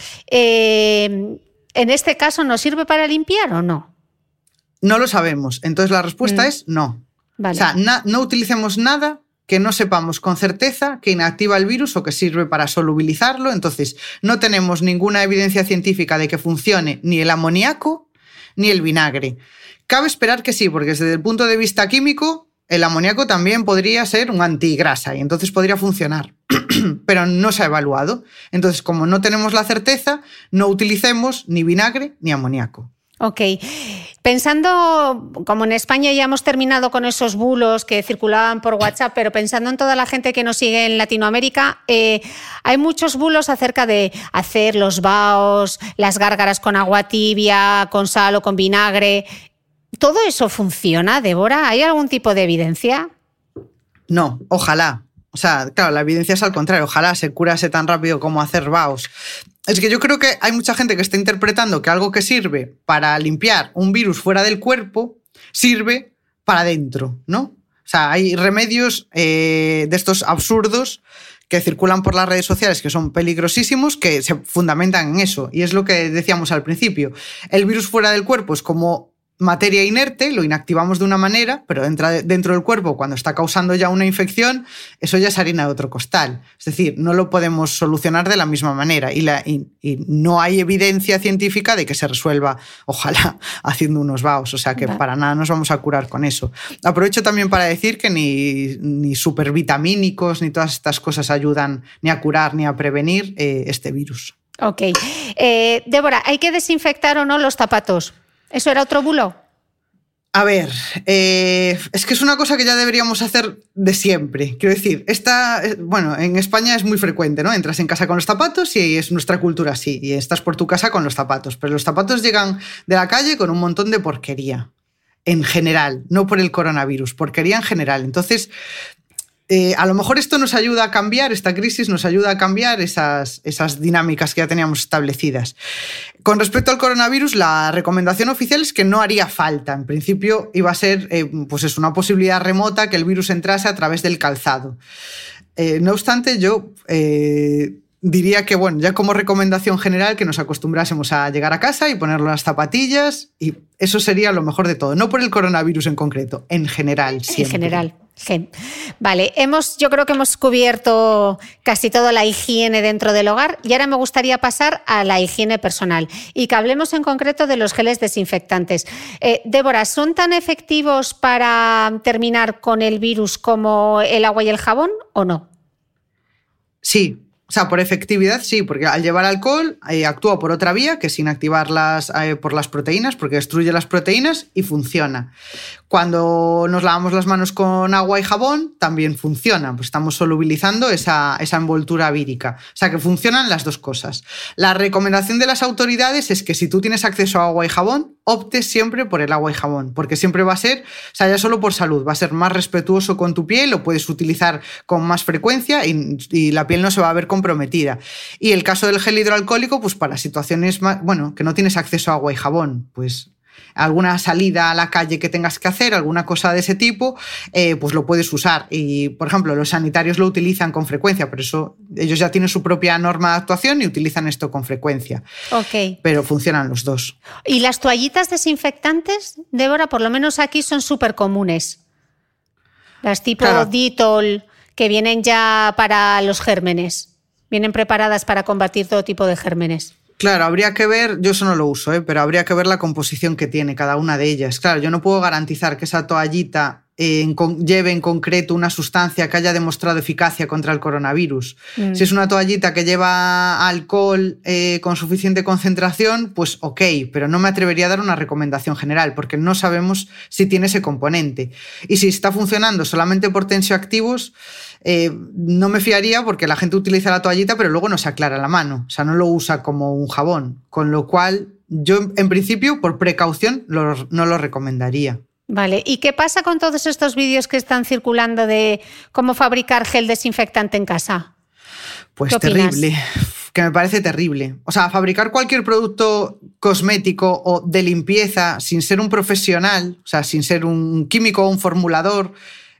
en este caso nos sirve para limpiar o no? No lo sabemos. Entonces la respuesta es no. Vale. O sea, no utilicemos nada que no sepamos con certeza que inactiva el virus o que sirve para solubilizarlo. Entonces no tenemos ninguna evidencia científica de que funcione ni el amoníaco ni el vinagre. Cabe esperar que sí, porque desde el punto de vista químico el amoníaco también podría ser un antigrasa y entonces podría funcionar. Pero no se ha evaluado. Entonces, como no tenemos la certeza, no utilicemos ni vinagre ni amoníaco. Ok. Pensando, como en España ya hemos terminado con esos bulos que circulaban por WhatsApp, pero pensando en toda la gente que nos sigue en Latinoamérica, hay muchos bulos acerca de hacer los baos, las gárgaras con agua tibia, con sal o con vinagre. ¿Todo eso funciona, Débora? ¿Hay algún tipo de evidencia? No, ojalá. O sea, claro, la evidencia es al contrario. Ojalá se curase tan rápido como hacer baos. Es que yo creo que hay mucha gente que está interpretando que algo que sirve para limpiar un virus fuera del cuerpo sirve para adentro, ¿no? O sea, hay remedios de estos absurdos que circulan por las redes sociales que son peligrosísimos, que se fundamentan en eso. Y es lo que decíamos al principio. El virus fuera del cuerpo es como materia inerte, lo inactivamos de una manera, pero entra dentro del cuerpo cuando está causando ya una infección, eso ya es harina de otro costal. Es decir, no lo podemos solucionar de la misma manera y no hay evidencia científica de que se resuelva, ojalá, haciendo unos baos. O sea que para nada nos vamos a curar con eso. Aprovecho también para decir que ni supervitamínicos ni todas estas cosas ayudan ni a curar ni a prevenir este virus. Ok. Débora, ¿hay que desinfectar o no los zapatos? ¿Eso era otro bulo? A ver, es que es una cosa que ya deberíamos hacer de siempre. Quiero decir, bueno, en España es muy frecuente, ¿no? Entras en casa con los zapatos y es nuestra cultura así, y estás por tu casa con los zapatos. Pero los zapatos llegan de la calle con un montón de porquería, en general, no por el coronavirus, porquería en general. Entonces, a lo mejor esto nos ayuda a cambiar, esta crisis nos ayuda a cambiar esas dinámicas que ya teníamos establecidas. Con respecto al coronavirus, la recomendación oficial es que no haría falta. En principio iba a ser pues es una posibilidad remota que el virus entrase a través del calzado. No obstante, yo diría que, bueno, ya como recomendación general, que nos acostumbrásemos a llegar a casa y poner las zapatillas, y eso sería lo mejor de todo. No por el coronavirus en concreto, en general, siempre. En general. Vale, yo creo que hemos cubierto casi toda la higiene dentro del hogar y ahora me gustaría pasar a la higiene personal y que hablemos en concreto de los geles desinfectantes. Débora, ¿son tan efectivos para terminar con el virus como el agua y el jabón o no? Sí. O sea, por efectividad sí, porque al llevar alcohol actúa por otra vía, que es inactivarlas por las proteínas, porque destruye las proteínas y funciona. Cuando nos lavamos las manos con agua y jabón, también funciona, pues estamos solubilizando esa envoltura vírica. O sea, que funcionan las dos cosas. La recomendación de las autoridades es que si tú tienes acceso a agua y jabón, optes siempre por el agua y jabón, porque siempre va a ser, o sea, ya solo por salud, va a ser más respetuoso con tu piel, lo puedes utilizar con más frecuencia y la piel no se va a ver comprometida. Y el caso del gel hidroalcohólico, pues para situaciones más, bueno, que no tienes acceso a agua y jabón, pues alguna salida a la calle que tengas que hacer, alguna cosa de ese tipo, pues lo puedes usar. Y, por ejemplo, los sanitarios lo utilizan con frecuencia, por eso ellos ya tienen su propia norma de actuación y utilizan esto con frecuencia. Ok. Pero funcionan los dos. ¿Y las toallitas desinfectantes, Débora? Por lo menos aquí son súper comunes. Las tipo Dettol, que vienen ya para los gérmenes. Vienen preparadas para combatir todo tipo de gérmenes. Claro, habría que ver, yo eso no lo uso, pero habría que ver la composición que tiene cada una de ellas. Claro, yo no puedo garantizar que esa toallita lleve en concreto una sustancia que haya demostrado eficacia contra el coronavirus. Si es una toallita que lleva alcohol con suficiente concentración, pues ok, pero no me atrevería a dar una recomendación general porque no sabemos si tiene ese componente. Y si está funcionando solamente por tensioactivos, no me fiaría porque la gente utiliza la toallita pero luego no se aclara la mano, o sea, no lo usa como un jabón, con lo cual yo en principio por precaución no lo recomendaría. Vale, ¿y qué pasa con todos estos vídeos que están circulando de cómo fabricar gel desinfectante en casa? Pues terrible, que me parece terrible. O sea, fabricar cualquier producto cosmético o de limpieza sin ser un profesional, o sea, sin ser un químico o un formulador,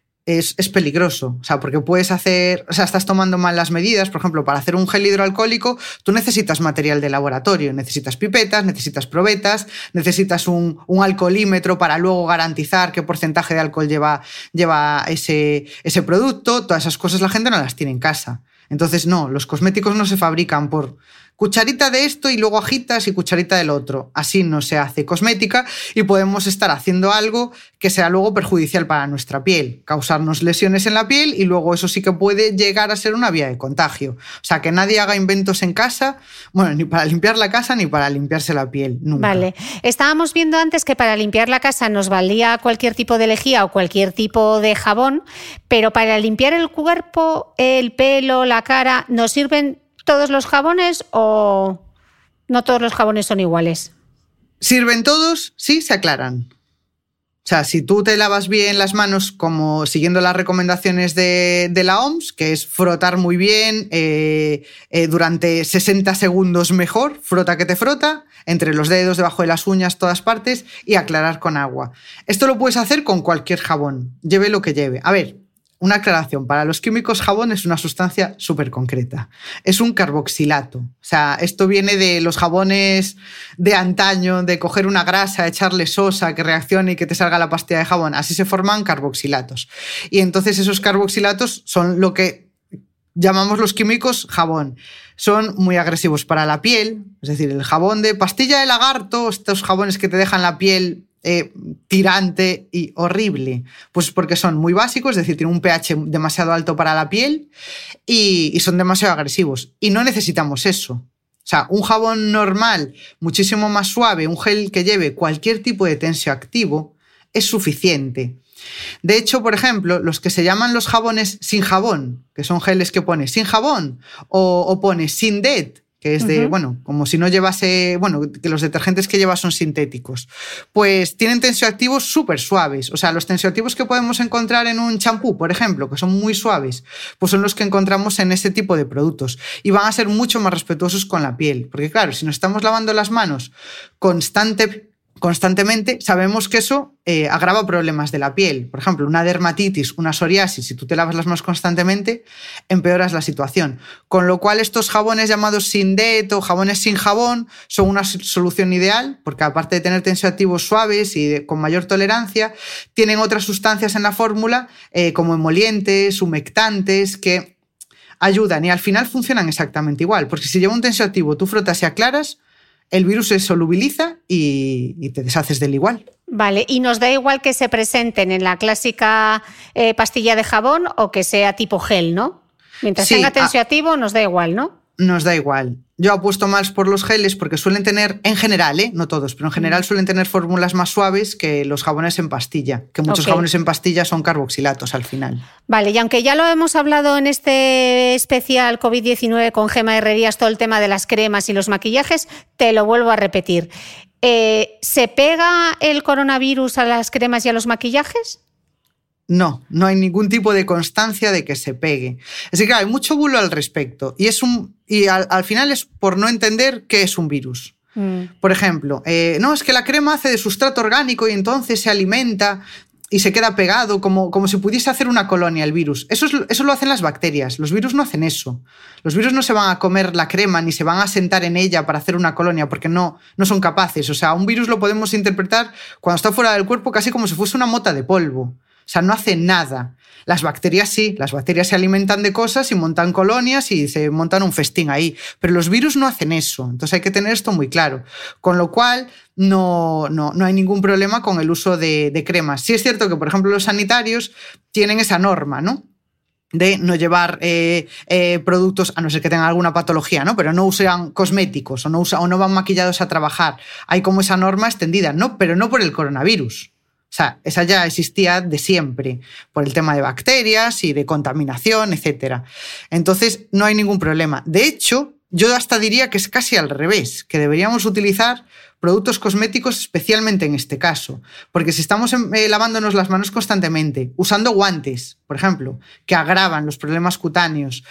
es peligroso, o sea, porque puedes hacer, o sea, estás tomando mal las medidas. Por ejemplo, para hacer un gel hidroalcohólico, tú necesitas material de laboratorio, necesitas pipetas, necesitas probetas, necesitas un alcoholímetro para luego garantizar qué porcentaje de alcohol lleva ese producto. Todas esas cosas la gente no las tiene en casa. Entonces, no, los cosméticos no se fabrican por cucharita de esto y luego agitas y cucharita del otro. Así no se hace cosmética y podemos estar haciendo algo que sea luego perjudicial para nuestra piel, causarnos lesiones en la piel y luego eso sí que puede llegar a ser una vía de contagio. O sea, que nadie haga inventos en casa, bueno, ni para limpiar la casa ni para limpiarse la piel, nunca. Vale, estábamos viendo antes que para limpiar la casa nos valía cualquier tipo de lejía o cualquier tipo de jabón, pero para limpiar el cuerpo, el pelo, la cara, ¿nos sirven todos los jabones o no todos los jabones son iguales? ¿Sirven todos? Sí, se aclaran. O sea, si tú te lavas bien las manos como siguiendo las recomendaciones de la OMS, que es frotar muy bien durante 60 segundos mejor, frota que te frota, entre los dedos, debajo de las uñas, todas partes, y aclarar con agua. Esto lo puedes hacer con cualquier jabón, lleve lo que lleve. A ver, una aclaración, para los químicos jabón es una sustancia súper concreta. Es un carboxilato. O sea, esto viene de los jabones de antaño, de coger una grasa, echarle sosa, que reaccione y que te salga la pastilla de jabón. Así se forman carboxilatos. Y entonces esos carboxilatos son lo que llamamos los químicos jabón. Son muy agresivos para la piel, es decir, el jabón de pastilla de lagarto, estos jabones que te dejan la piel tirante y horrible, pues porque son muy básicos, es decir, tienen un pH demasiado alto para la piel y son demasiado agresivos y no necesitamos eso. O sea, un jabón normal, muchísimo más suave, un gel que lleve cualquier tipo de tensioactivo es suficiente. De hecho, por ejemplo, los que se llaman los jabones sin jabón, que son geles que pone sin jabón o pone sin DET, que es de, bueno, como si no llevase, bueno, que los detergentes que lleva son sintéticos, pues tienen tensioactivos súper suaves. O sea, los tensioactivos que podemos encontrar en un champú, por ejemplo, que son muy suaves, pues son los que encontramos en este tipo de productos y van a ser mucho más respetuosos con la piel. Porque claro, si nos estamos lavando las manos constantemente, sabemos que eso agrava problemas de la piel. Por ejemplo, una dermatitis, una psoriasis, si tú te lavas las manos constantemente, empeoras la situación. Con lo cual, estos jabones llamados sin DET o jabones sin jabón son una solución ideal, porque aparte de tener tensioactivos suaves y con mayor tolerancia, tienen otras sustancias en la fórmula, como emolientes, humectantes, que ayudan y al final funcionan exactamente igual. Porque si lleva un tensioactivo, tú frotas y aclaras, el virus se solubiliza y te deshaces del igual. Vale, y nos da igual que se presenten en la clásica pastilla de jabón o que sea tipo gel, ¿no? Mientras tenga tensioactivo nos da igual, ¿no? Nos da igual. Yo apuesto más por los geles porque suelen tener, en general, no todos, pero en general suelen tener fórmulas más suaves que los jabones en pastilla, que muchos jabones en pastilla son carboxilatos al final. Vale, y aunque ya lo hemos hablado en este especial COVID-19 con Gemma Herrerías, todo el tema de las cremas y los maquillajes, te lo vuelvo a repetir. ¿Se pega el coronavirus a las cremas y a los maquillajes? No hay ningún tipo de constancia de que se pegue. Es decir, claro, hay mucho bulo al respecto y al final es por no entender qué es un virus. Por ejemplo, no, es que la crema hace de sustrato orgánico y entonces se alimenta y se queda pegado como si pudiese hacer una colonia el virus. Eso lo hacen las bacterias. Los virus no hacen eso. Los virus no se van a comer la crema ni se van a sentar en ella para hacer una colonia porque no son capaces. O sea, un virus lo podemos interpretar cuando está fuera del cuerpo casi como si fuese una mota de polvo. O sea, no hace nada. Las bacterias sí, las bacterias se alimentan de cosas y montan colonias y se montan un festín ahí, pero los virus no hacen eso, entonces hay que tener esto muy claro, con lo cual no hay ningún problema con el uso de cremas. Sí es cierto que, por ejemplo, los sanitarios tienen esa norma, ¿no?, de no llevar productos, a no ser que tengan alguna patología, ¿no?, pero no usan cosméticos o no van maquillados a trabajar. Hay como esa norma extendida, ¿no?, pero no por el coronavirus. O sea, esa ya existía de siempre, por el tema de bacterias y de contaminación, etc. Entonces, no hay ningún problema. De hecho, yo hasta diría que es casi al revés, que deberíamos utilizar productos cosméticos especialmente en este caso, porque si estamos lavándonos las manos constantemente, usando guantes, por ejemplo, que agravan los problemas cutáneos,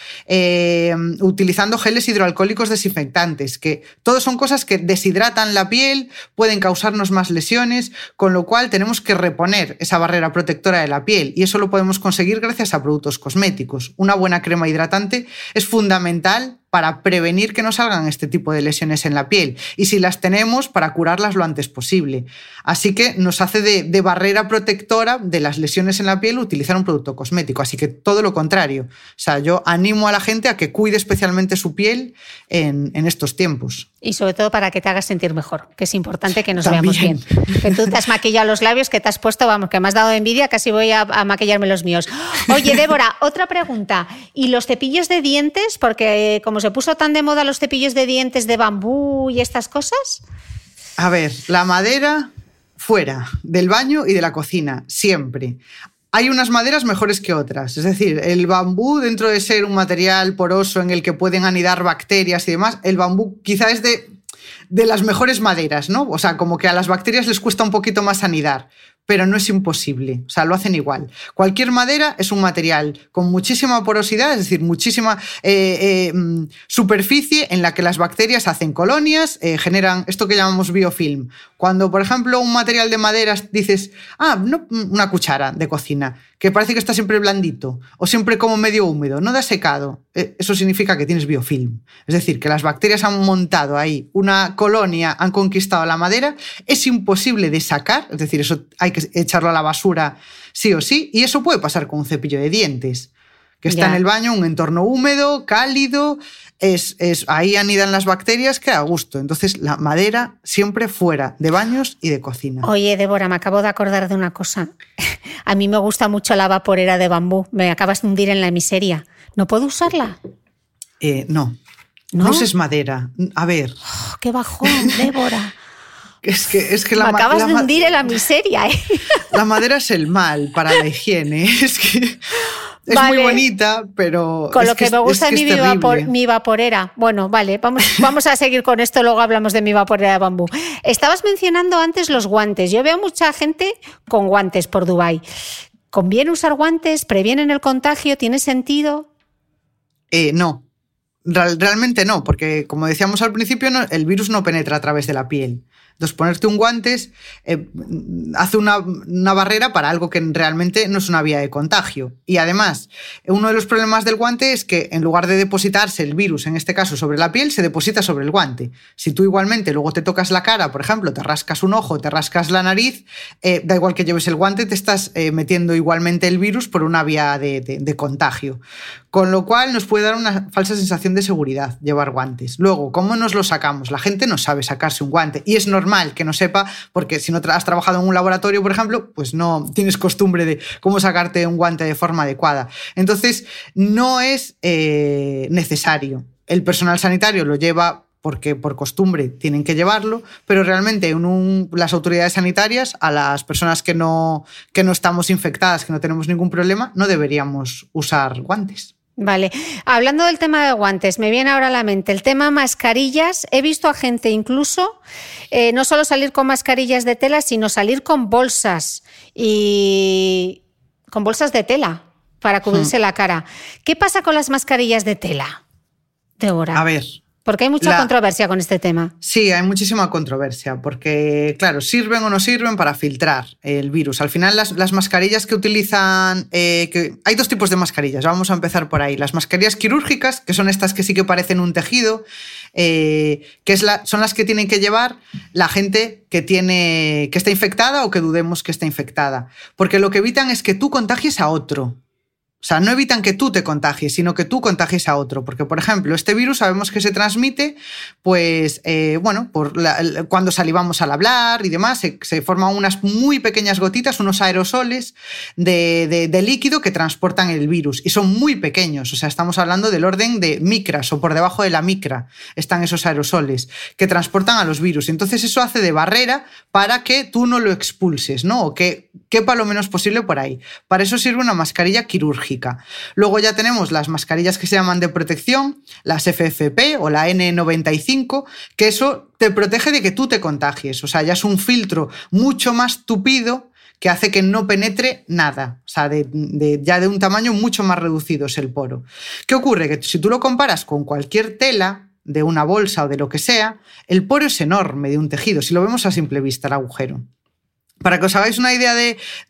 utilizando geles hidroalcohólicos desinfectantes, que todos son cosas que deshidratan la piel, pueden causarnos más lesiones, con lo cual tenemos que reponer esa barrera protectora de la piel, y eso lo podemos conseguir gracias a productos cosméticos. Una buena crema hidratante es fundamental para prevenir que nos salgan este tipo de lesiones en la piel, y si las tenemos, para curarlas lo antes posible. Así que nos hace de barrera protectora de las lesiones en la piel utilizar un producto cosmético, así que todo lo contrario. O sea, yo animo a la gente a que cuide especialmente su piel en estos tiempos. Y sobre todo para que te hagas sentir mejor, que es importante que nos También. veamos bien. Que tú te has maquillado los labios, que te has puesto, vamos, que me has dado envidia, casi voy a maquillarme los míos. Oye, Débora, otra pregunta. ¿Y los cepillos de dientes? Porque como se puso tan de moda los cepillos de dientes de bambú y estas cosas. A ver, la madera fuera del baño y de la cocina, siempre. Hay unas maderas mejores que otras, es decir, el bambú, dentro de ser un material poroso en el que pueden anidar bacterias y demás, el bambú quizá es de las mejores maderas, ¿no? O sea, como que a las bacterias les cuesta un poquito más anidar, pero no es imposible, o sea, lo hacen igual. Cualquier madera es un material con muchísima porosidad, es decir, muchísima superficie en la que las bacterias hacen colonias, generan esto que llamamos biofilm. Cuando, por ejemplo, un material de madera dices, no, una cuchara de cocina, que parece que está siempre blandito o siempre como medio húmedo, no da secado, eso significa que tienes biofilm. Es decir, que las bacterias han montado ahí una colonia, han conquistado la madera, es imposible de sacar, es decir, eso hay que echarlo a la basura sí o sí, y eso puede pasar con un cepillo de dientes, que está en el baño, un entorno húmedo, cálido, ahí anidan las bacterias, que a gusto. Entonces, la madera siempre fuera de baños y de cocina. Oye, Débora, me acabo de acordar de una cosa. A mí me gusta mucho la vaporera de bambú. Me acabas de hundir en la miseria. ¿No puedo usarla? No. No uses madera. A ver. Oh, ¡qué bajón, Débora! Es que me acabas de hundir en la miseria, ¿eh? La madera es el mal para la higiene. Es que es muy bonita, pero con lo que me gusta mi vaporera. Bueno, vale, vamos a seguir con esto, luego hablamos de mi vaporera de bambú. Estabas mencionando antes los guantes. Yo veo mucha gente con guantes por Dubái. ¿Conviene usar guantes? ¿Previenen el contagio? ¿Tiene sentido? No. Realmente no, porque como decíamos al principio, el virus no penetra a través de la piel. Entonces, ponerte un guante hace una barrera para algo que realmente no es una vía de contagio. Y además, uno de los problemas del guante es que en lugar de depositarse el virus, en este caso sobre la piel, se deposita sobre el guante. Si tú igualmente luego te tocas la cara, por ejemplo, te rascas un ojo, te rascas la nariz, da igual que lleves el guante, te estás metiendo igualmente el virus por una vía de contagio. Con lo cual nos puede dar una falsa sensación de seguridad llevar guantes. Luego, ¿cómo nos lo sacamos? La gente no sabe sacarse un guante y es normal que no sepa, porque si no has trabajado en un laboratorio, por ejemplo, pues no tienes costumbre de cómo sacarte un guante de forma adecuada. Entonces, no es necesario. El personal sanitario lo lleva porque por costumbre tienen que llevarlo, pero realmente las autoridades sanitarias, a las personas que no estamos infectadas, que no tenemos ningún problema, no deberíamos usar guantes. Vale, hablando del tema de guantes, me viene ahora a la mente el tema mascarillas. He visto a gente incluso no solo salir con mascarillas de tela, sino salir con bolsas y con bolsas de tela para cubrirse la cara. ¿Qué pasa con las mascarillas de tela, Débora? A ver, Porque hay mucha controversia con este tema. Sí, hay muchísima controversia, porque, claro, sirven o no sirven para filtrar el virus. Al final, las mascarillas que utilizan... hay dos tipos de mascarillas, vamos a empezar por ahí. Las mascarillas quirúrgicas, que son estas que sí que parecen un tejido, son las que tienen que llevar la gente que está infectada o que dudemos que está infectada. Porque lo que evitan es que tú contagies a otro. O sea, no evitan que tú te contagies, sino que tú contagies a otro. Porque, por ejemplo, este virus sabemos que se transmite, pues, cuando salivamos al hablar y demás, se forman unas muy pequeñas gotitas, unos aerosoles de líquido que transportan el virus. Y son muy pequeños, o sea, estamos hablando del orden de micras o por debajo de la micra están esos aerosoles que transportan a los virus. Entonces eso hace de barrera para que tú no lo expulses, ¿no? O que quepa lo menos posible por ahí. Para eso sirve una mascarilla quirúrgica. Luego ya tenemos las mascarillas que se llaman de protección, las FFP o la N95, que eso te protege de que tú te contagies. O sea, ya es un filtro mucho más tupido que hace que no penetre nada. O sea, ya de un tamaño mucho más reducido es el poro. ¿Qué ocurre? Que si tú lo comparas con cualquier tela de una bolsa o de lo que sea, el poro es enorme de un tejido, si lo vemos a simple vista, el agujero. Para que os hagáis una idea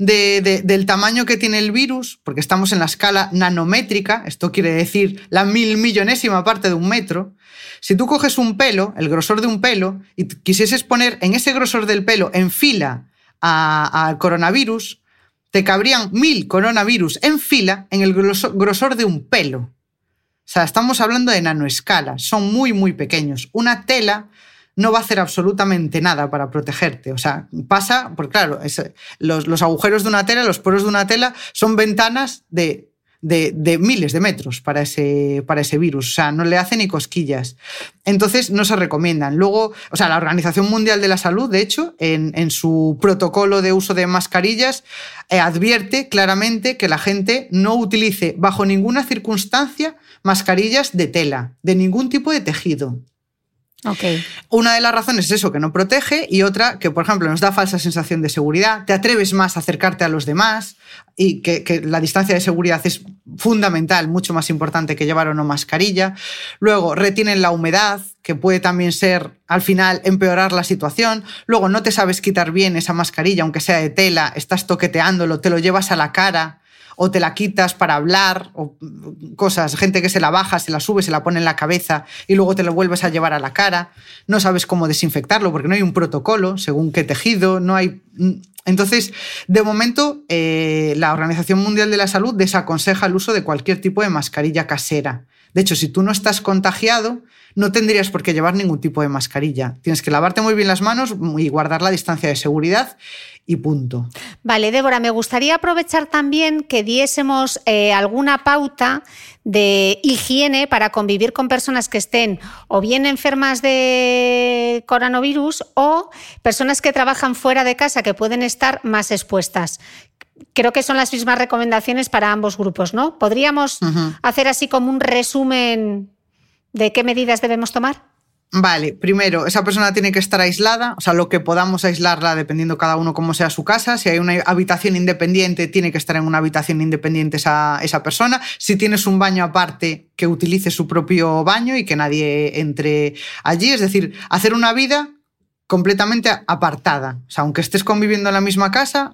del tamaño que tiene el virus, porque estamos en la escala nanométrica, esto quiere decir la 1000.000.000ª parte de un metro, si tú coges un pelo, el grosor de un pelo, y quisieses poner en ese grosor del pelo en fila al coronavirus, te cabrían 1000 coronavirus en fila en el grosor de un pelo. O sea, estamos hablando de nanoescala, son muy, muy pequeños. Una tela no va a hacer absolutamente nada para protegerte. O sea, pasa, porque claro, los agujeros de una tela, los poros de una tela son ventanas de miles de metros para ese virus. O sea, no le hace ni cosquillas. Entonces, no se recomiendan. Luego, o sea, la Organización Mundial de la Salud, de hecho, en su protocolo de uso de mascarillas, advierte claramente que la gente no utilice bajo ninguna circunstancia mascarillas de tela, de ningún tipo de tejido. Okay. Una de las razones es eso, que no protege, y otra que, por ejemplo, nos da falsa sensación de seguridad, te atreves más a acercarte a los demás y que la distancia de seguridad es fundamental, mucho más importante que llevar o no mascarilla. Luego, retienen la humedad, que puede también ser, al final, empeorar la situación. Luego, no te sabes quitar bien esa mascarilla, aunque sea de tela, estás toqueteándolo, te lo llevas a la cara o te la quitas para hablar, o cosas, gente que se la baja, se la sube, se la pone en la cabeza y luego te lo vuelves a llevar a la cara. No sabes cómo desinfectarlo porque no hay un protocolo, según qué tejido, no hay... Entonces, de momento, la Organización Mundial de la Salud desaconseja el uso de cualquier tipo de mascarilla casera. De hecho, si tú no estás contagiado, no tendrías por qué llevar ningún tipo de mascarilla. Tienes que lavarte muy bien las manos y guardar la distancia de seguridad y punto. Vale, Débora, me gustaría aprovechar también que diésemos alguna pauta de higiene para convivir con personas que estén o bien enfermas de coronavirus o personas que trabajan fuera de casa que pueden estar más expuestas. Creo que son las mismas recomendaciones para ambos grupos, ¿no? ¿Podríamos hacer así como un resumen de qué medidas debemos tomar? Vale, primero, esa persona tiene que estar aislada, o sea, lo que podamos aislarla dependiendo cada uno cómo sea su casa. Si hay una habitación independiente, tiene que estar en una habitación independiente esa persona. Si tienes un baño aparte, que utilice su propio baño y que nadie entre allí. Es decir, hacer una vida completamente apartada. O sea, aunque estés conviviendo en la misma casa,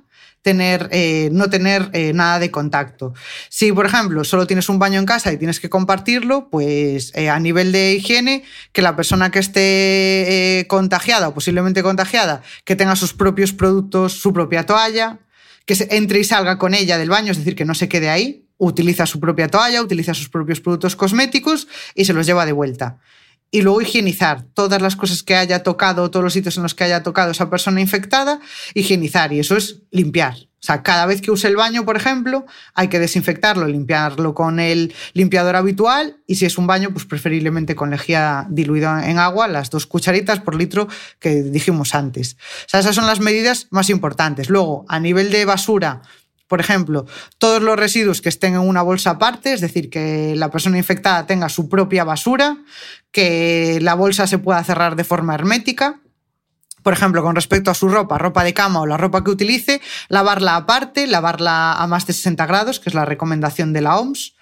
no tener nada de contacto. Si, por ejemplo, solo tienes un baño en casa y tienes que compartirlo, pues a nivel de higiene, que la persona que esté contagiada o posiblemente contagiada, que tenga sus propios productos, su propia toalla, que entre y salga con ella del baño, es decir, que no se quede ahí, utiliza su propia toalla, utiliza sus propios productos cosméticos y se los lleva de vuelta. Y luego higienizar todas las cosas que haya tocado, todos los sitios en los que haya tocado esa persona infectada, higienizar, y eso es limpiar. O sea, cada vez que use el baño, por ejemplo, hay que desinfectarlo, limpiarlo con el limpiador habitual, y si es un baño, pues preferiblemente con lejía diluida en agua, las 2 cucharitas por litro que dijimos antes. O sea, esas son las medidas más importantes. Luego, a nivel de basura, por ejemplo, todos los residuos que estén en una bolsa aparte, es decir, que la persona infectada tenga su propia basura, que la bolsa se pueda cerrar de forma hermética. Por ejemplo, con respecto a su ropa de cama o la ropa que utilice, lavarla aparte, lavarla a más de 60 grados, que es la recomendación de la OMS.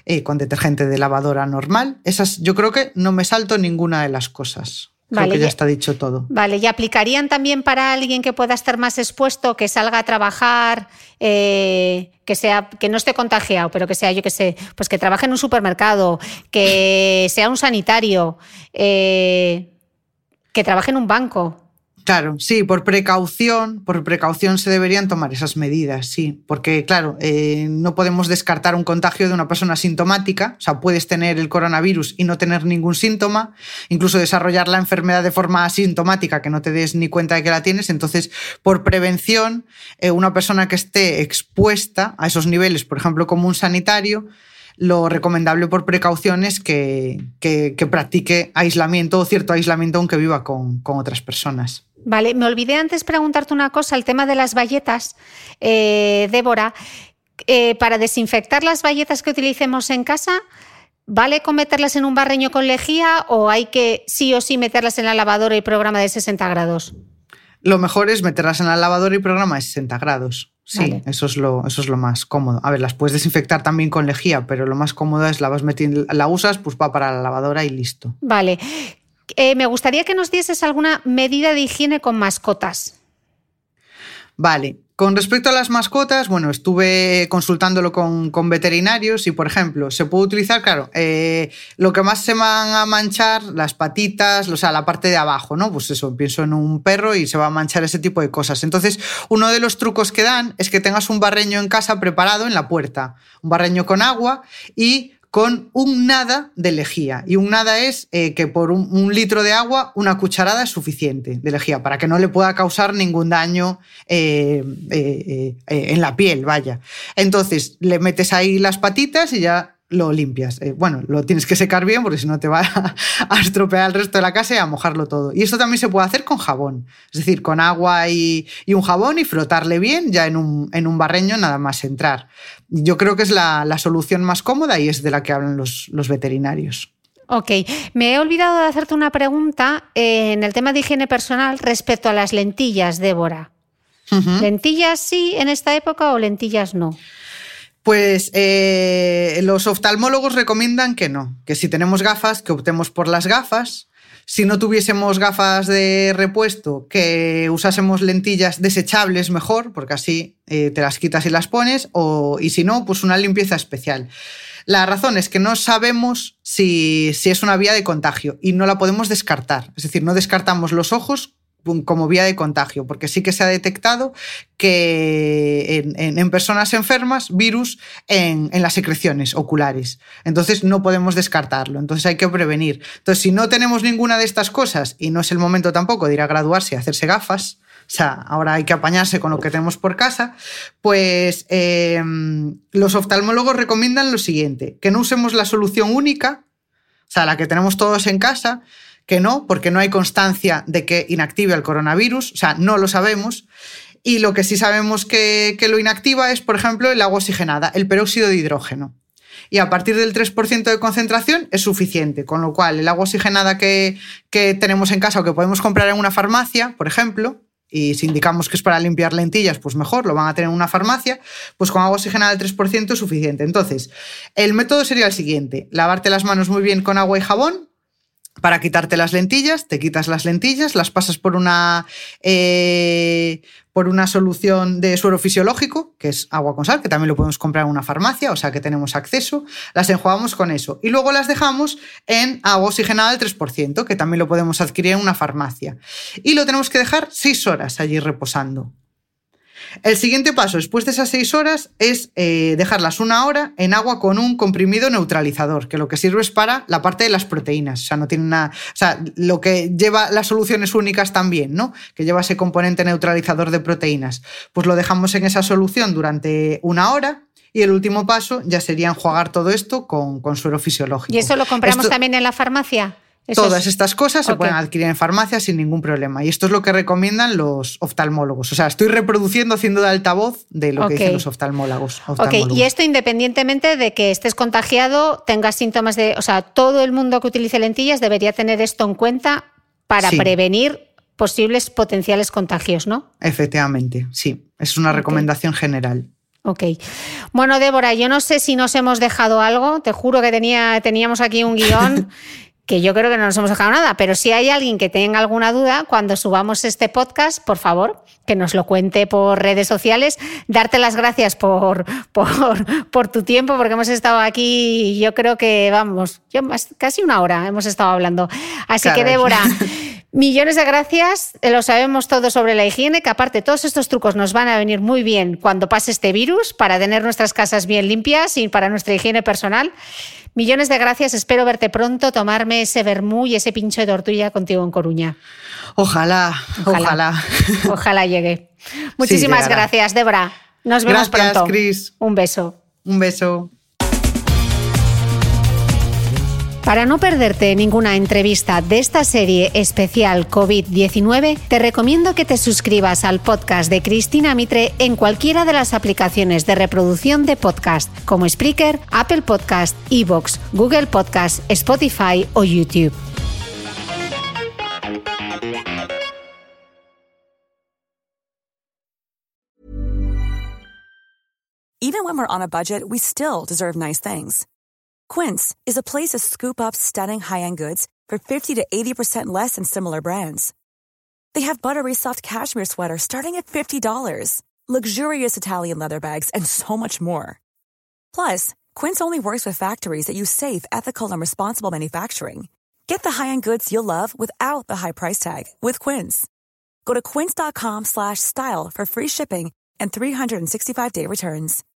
con detergente de lavadora normal. Esas yo creo que no me salto ninguna de las cosas. Creo que ya está dicho todo. Vale, ¿y aplicarían también para alguien que pueda estar más expuesto, que salga a trabajar, que no esté contagiado, pero que sea, yo qué sé, pues que trabaje en un supermercado, que sea un sanitario, que trabaje en un banco? Claro, sí, por precaución se deberían tomar esas medidas, sí, porque claro, no podemos descartar un contagio de una persona asintomática, o sea, puedes tener el coronavirus y no tener ningún síntoma, incluso desarrollar la enfermedad de forma asintomática que no te des ni cuenta de que la tienes. Entonces, por prevención, una persona que esté expuesta a esos niveles, por ejemplo, como un sanitario, lo recomendable por precaución es que practique aislamiento o cierto aislamiento aunque viva con otras personas. Vale, me olvidé antes preguntarte una cosa, el tema de las bayetas, Débora. Para desinfectar las bayetas que utilicemos en casa, ¿vale con meterlas en un barreño con lejía o hay que sí o sí meterlas en la lavadora y programa de 60 grados? Lo mejor es meterlas en la lavadora y programa de 60 grados. Sí, vale. Eso es lo más cómodo. A ver, las puedes desinfectar también con lejía, pero lo más cómodo es la usas, pues va para la lavadora y listo. Vale. Me gustaría que nos dieses alguna medida de higiene con mascotas. Vale. Con respecto a las mascotas, bueno, estuve consultándolo con veterinarios y, por ejemplo, se puede utilizar, claro, lo que más se van a manchar, las patitas, o sea, la parte de abajo, ¿no? Pues eso, pienso en un perro y se va a manchar ese tipo de cosas. Entonces, uno de los trucos que dan es que tengas un barreño en casa preparado en la puerta, un barreño con agua y con un nada de lejía. Y un nada es que por un litro de agua, una cucharada es suficiente de lejía para que no le pueda causar ningún daño en la piel, vaya. Entonces, le metes ahí las patitas y ya lo limpias. Bueno, lo tienes que secar bien porque si no te va a estropear el resto de la casa y a mojarlo todo. Y esto también se puede hacer con jabón. Es decir, con agua y un jabón y frotarle bien ya en un barreño nada más entrar. Yo creo que es la solución más cómoda y es de la que hablan los veterinarios. Ok, me he olvidado de hacerte una pregunta en el tema de higiene personal respecto a las lentillas, Débora. Uh-huh. ¿Lentillas sí en esta época o lentillas no? Pues los oftalmólogos recomiendan que no, que si tenemos gafas, que optemos por las gafas. Si no tuviésemos gafas de repuesto, que usásemos lentillas desechables mejor, porque así te las quitas y las pones, y si no, pues una limpieza especial. La razón es que no sabemos si es una vía de contagio y no la podemos descartar. Es decir, no descartamos los ojos como vía de contagio, porque sí que se ha detectado que en personas enfermas virus en las secreciones oculares. Entonces no podemos descartarlo, entonces hay que prevenir. Entonces si no tenemos ninguna de estas cosas y no es el momento tampoco de ir a graduarse y hacerse gafas, o sea, ahora hay que apañarse con lo que tenemos por casa, pues los oftalmólogos recomiendan lo siguiente, que no usemos la solución única, o sea, la que tenemos todos en casa, que no, porque no hay constancia de que inactive el coronavirus, o sea, no lo sabemos. Y lo que sí sabemos que lo inactiva es, por ejemplo, el agua oxigenada, el peróxido de hidrógeno. Y a partir del 3% de concentración es suficiente, con lo cual el agua oxigenada que tenemos en casa o que podemos comprar en una farmacia, por ejemplo, y si indicamos que es para limpiar lentillas, pues mejor, lo van a tener en una farmacia, pues con agua oxigenada del 3% es suficiente. Entonces, el método sería el siguiente, lavarte las manos muy bien con agua y jabón, para quitarte las lentillas, te quitas las lentillas, las pasas por una solución de suero fisiológico, que es agua con sal, que también lo podemos comprar en una farmacia, o sea que tenemos acceso, las enjuagamos con eso y luego las dejamos en agua oxigenada del 3%, que también lo podemos adquirir en una farmacia. Y lo tenemos que dejar 6 horas allí reposando. El siguiente paso, después de esas 6 horas, es dejarlas 1 hora en agua con un comprimido neutralizador, que lo que sirve es para la parte de las proteínas. O sea, no tiene nada. O sea, lo que lleva las soluciones únicas también, ¿no? Que lleva ese componente neutralizador de proteínas. Pues lo dejamos en esa solución durante 1 hora. Y el último paso ya sería enjuagar todo esto con suero fisiológico. ¿Y eso lo compramos también en la farmacia? Todas estas cosas se pueden adquirir en farmacias sin ningún problema. Y esto es lo que recomiendan los oftalmólogos. O sea, estoy reproduciendo, haciendo de altavoz de lo que dicen los oftalmólogos. Ok, y esto independientemente de que estés contagiado, tengas síntomas de... O sea, todo el mundo que utilice lentillas debería tener esto en cuenta para prevenir posibles potenciales contagios, ¿no? Efectivamente, sí. Es una recomendación general. Ok. Bueno, Débora, yo no sé si nos hemos dejado algo. Te juro que teníamos aquí un guión que yo creo que no nos hemos dejado nada, pero si hay alguien que tenga alguna duda, cuando subamos este podcast, por favor, que nos lo cuente por redes sociales. Darte las gracias por tu tiempo, porque hemos estado aquí, yo creo que, casi una hora hemos estado hablando. Así que, Débora, millones de gracias. Lo sabemos todo sobre la higiene, que aparte todos estos trucos nos van a venir muy bien cuando pase este virus, para tener nuestras casas bien limpias y para nuestra higiene personal. Millones de gracias, espero verte pronto, tomarme ese vermú y ese pincho de tortilla contigo en Coruña. Ojalá. Ojalá llegue. Muchísimas gracias, Débora. Nos vemos pronto. Gracias, Cris. Un beso. Un beso. Para no perderte ninguna entrevista de esta serie especial COVID-19, te recomiendo que te suscribas al podcast de Cristina Mitre en cualquiera de las aplicaciones de reproducción de podcast, como Spreaker, Apple Podcast, iVoox, Google Podcast, Spotify o YouTube. Even when we're on a budget, we still deserve nice things. Quince is a place to scoop up stunning high-end goods for 50 to 80% less than similar brands. They have buttery soft cashmere sweaters starting at $50, luxurious Italian leather bags, and so much more. Plus, Quince only works with factories that use safe, ethical, and responsible manufacturing. Get the high-end goods you'll love without the high price tag with Quince. Go to quince.com/style for free shipping and 365-day returns.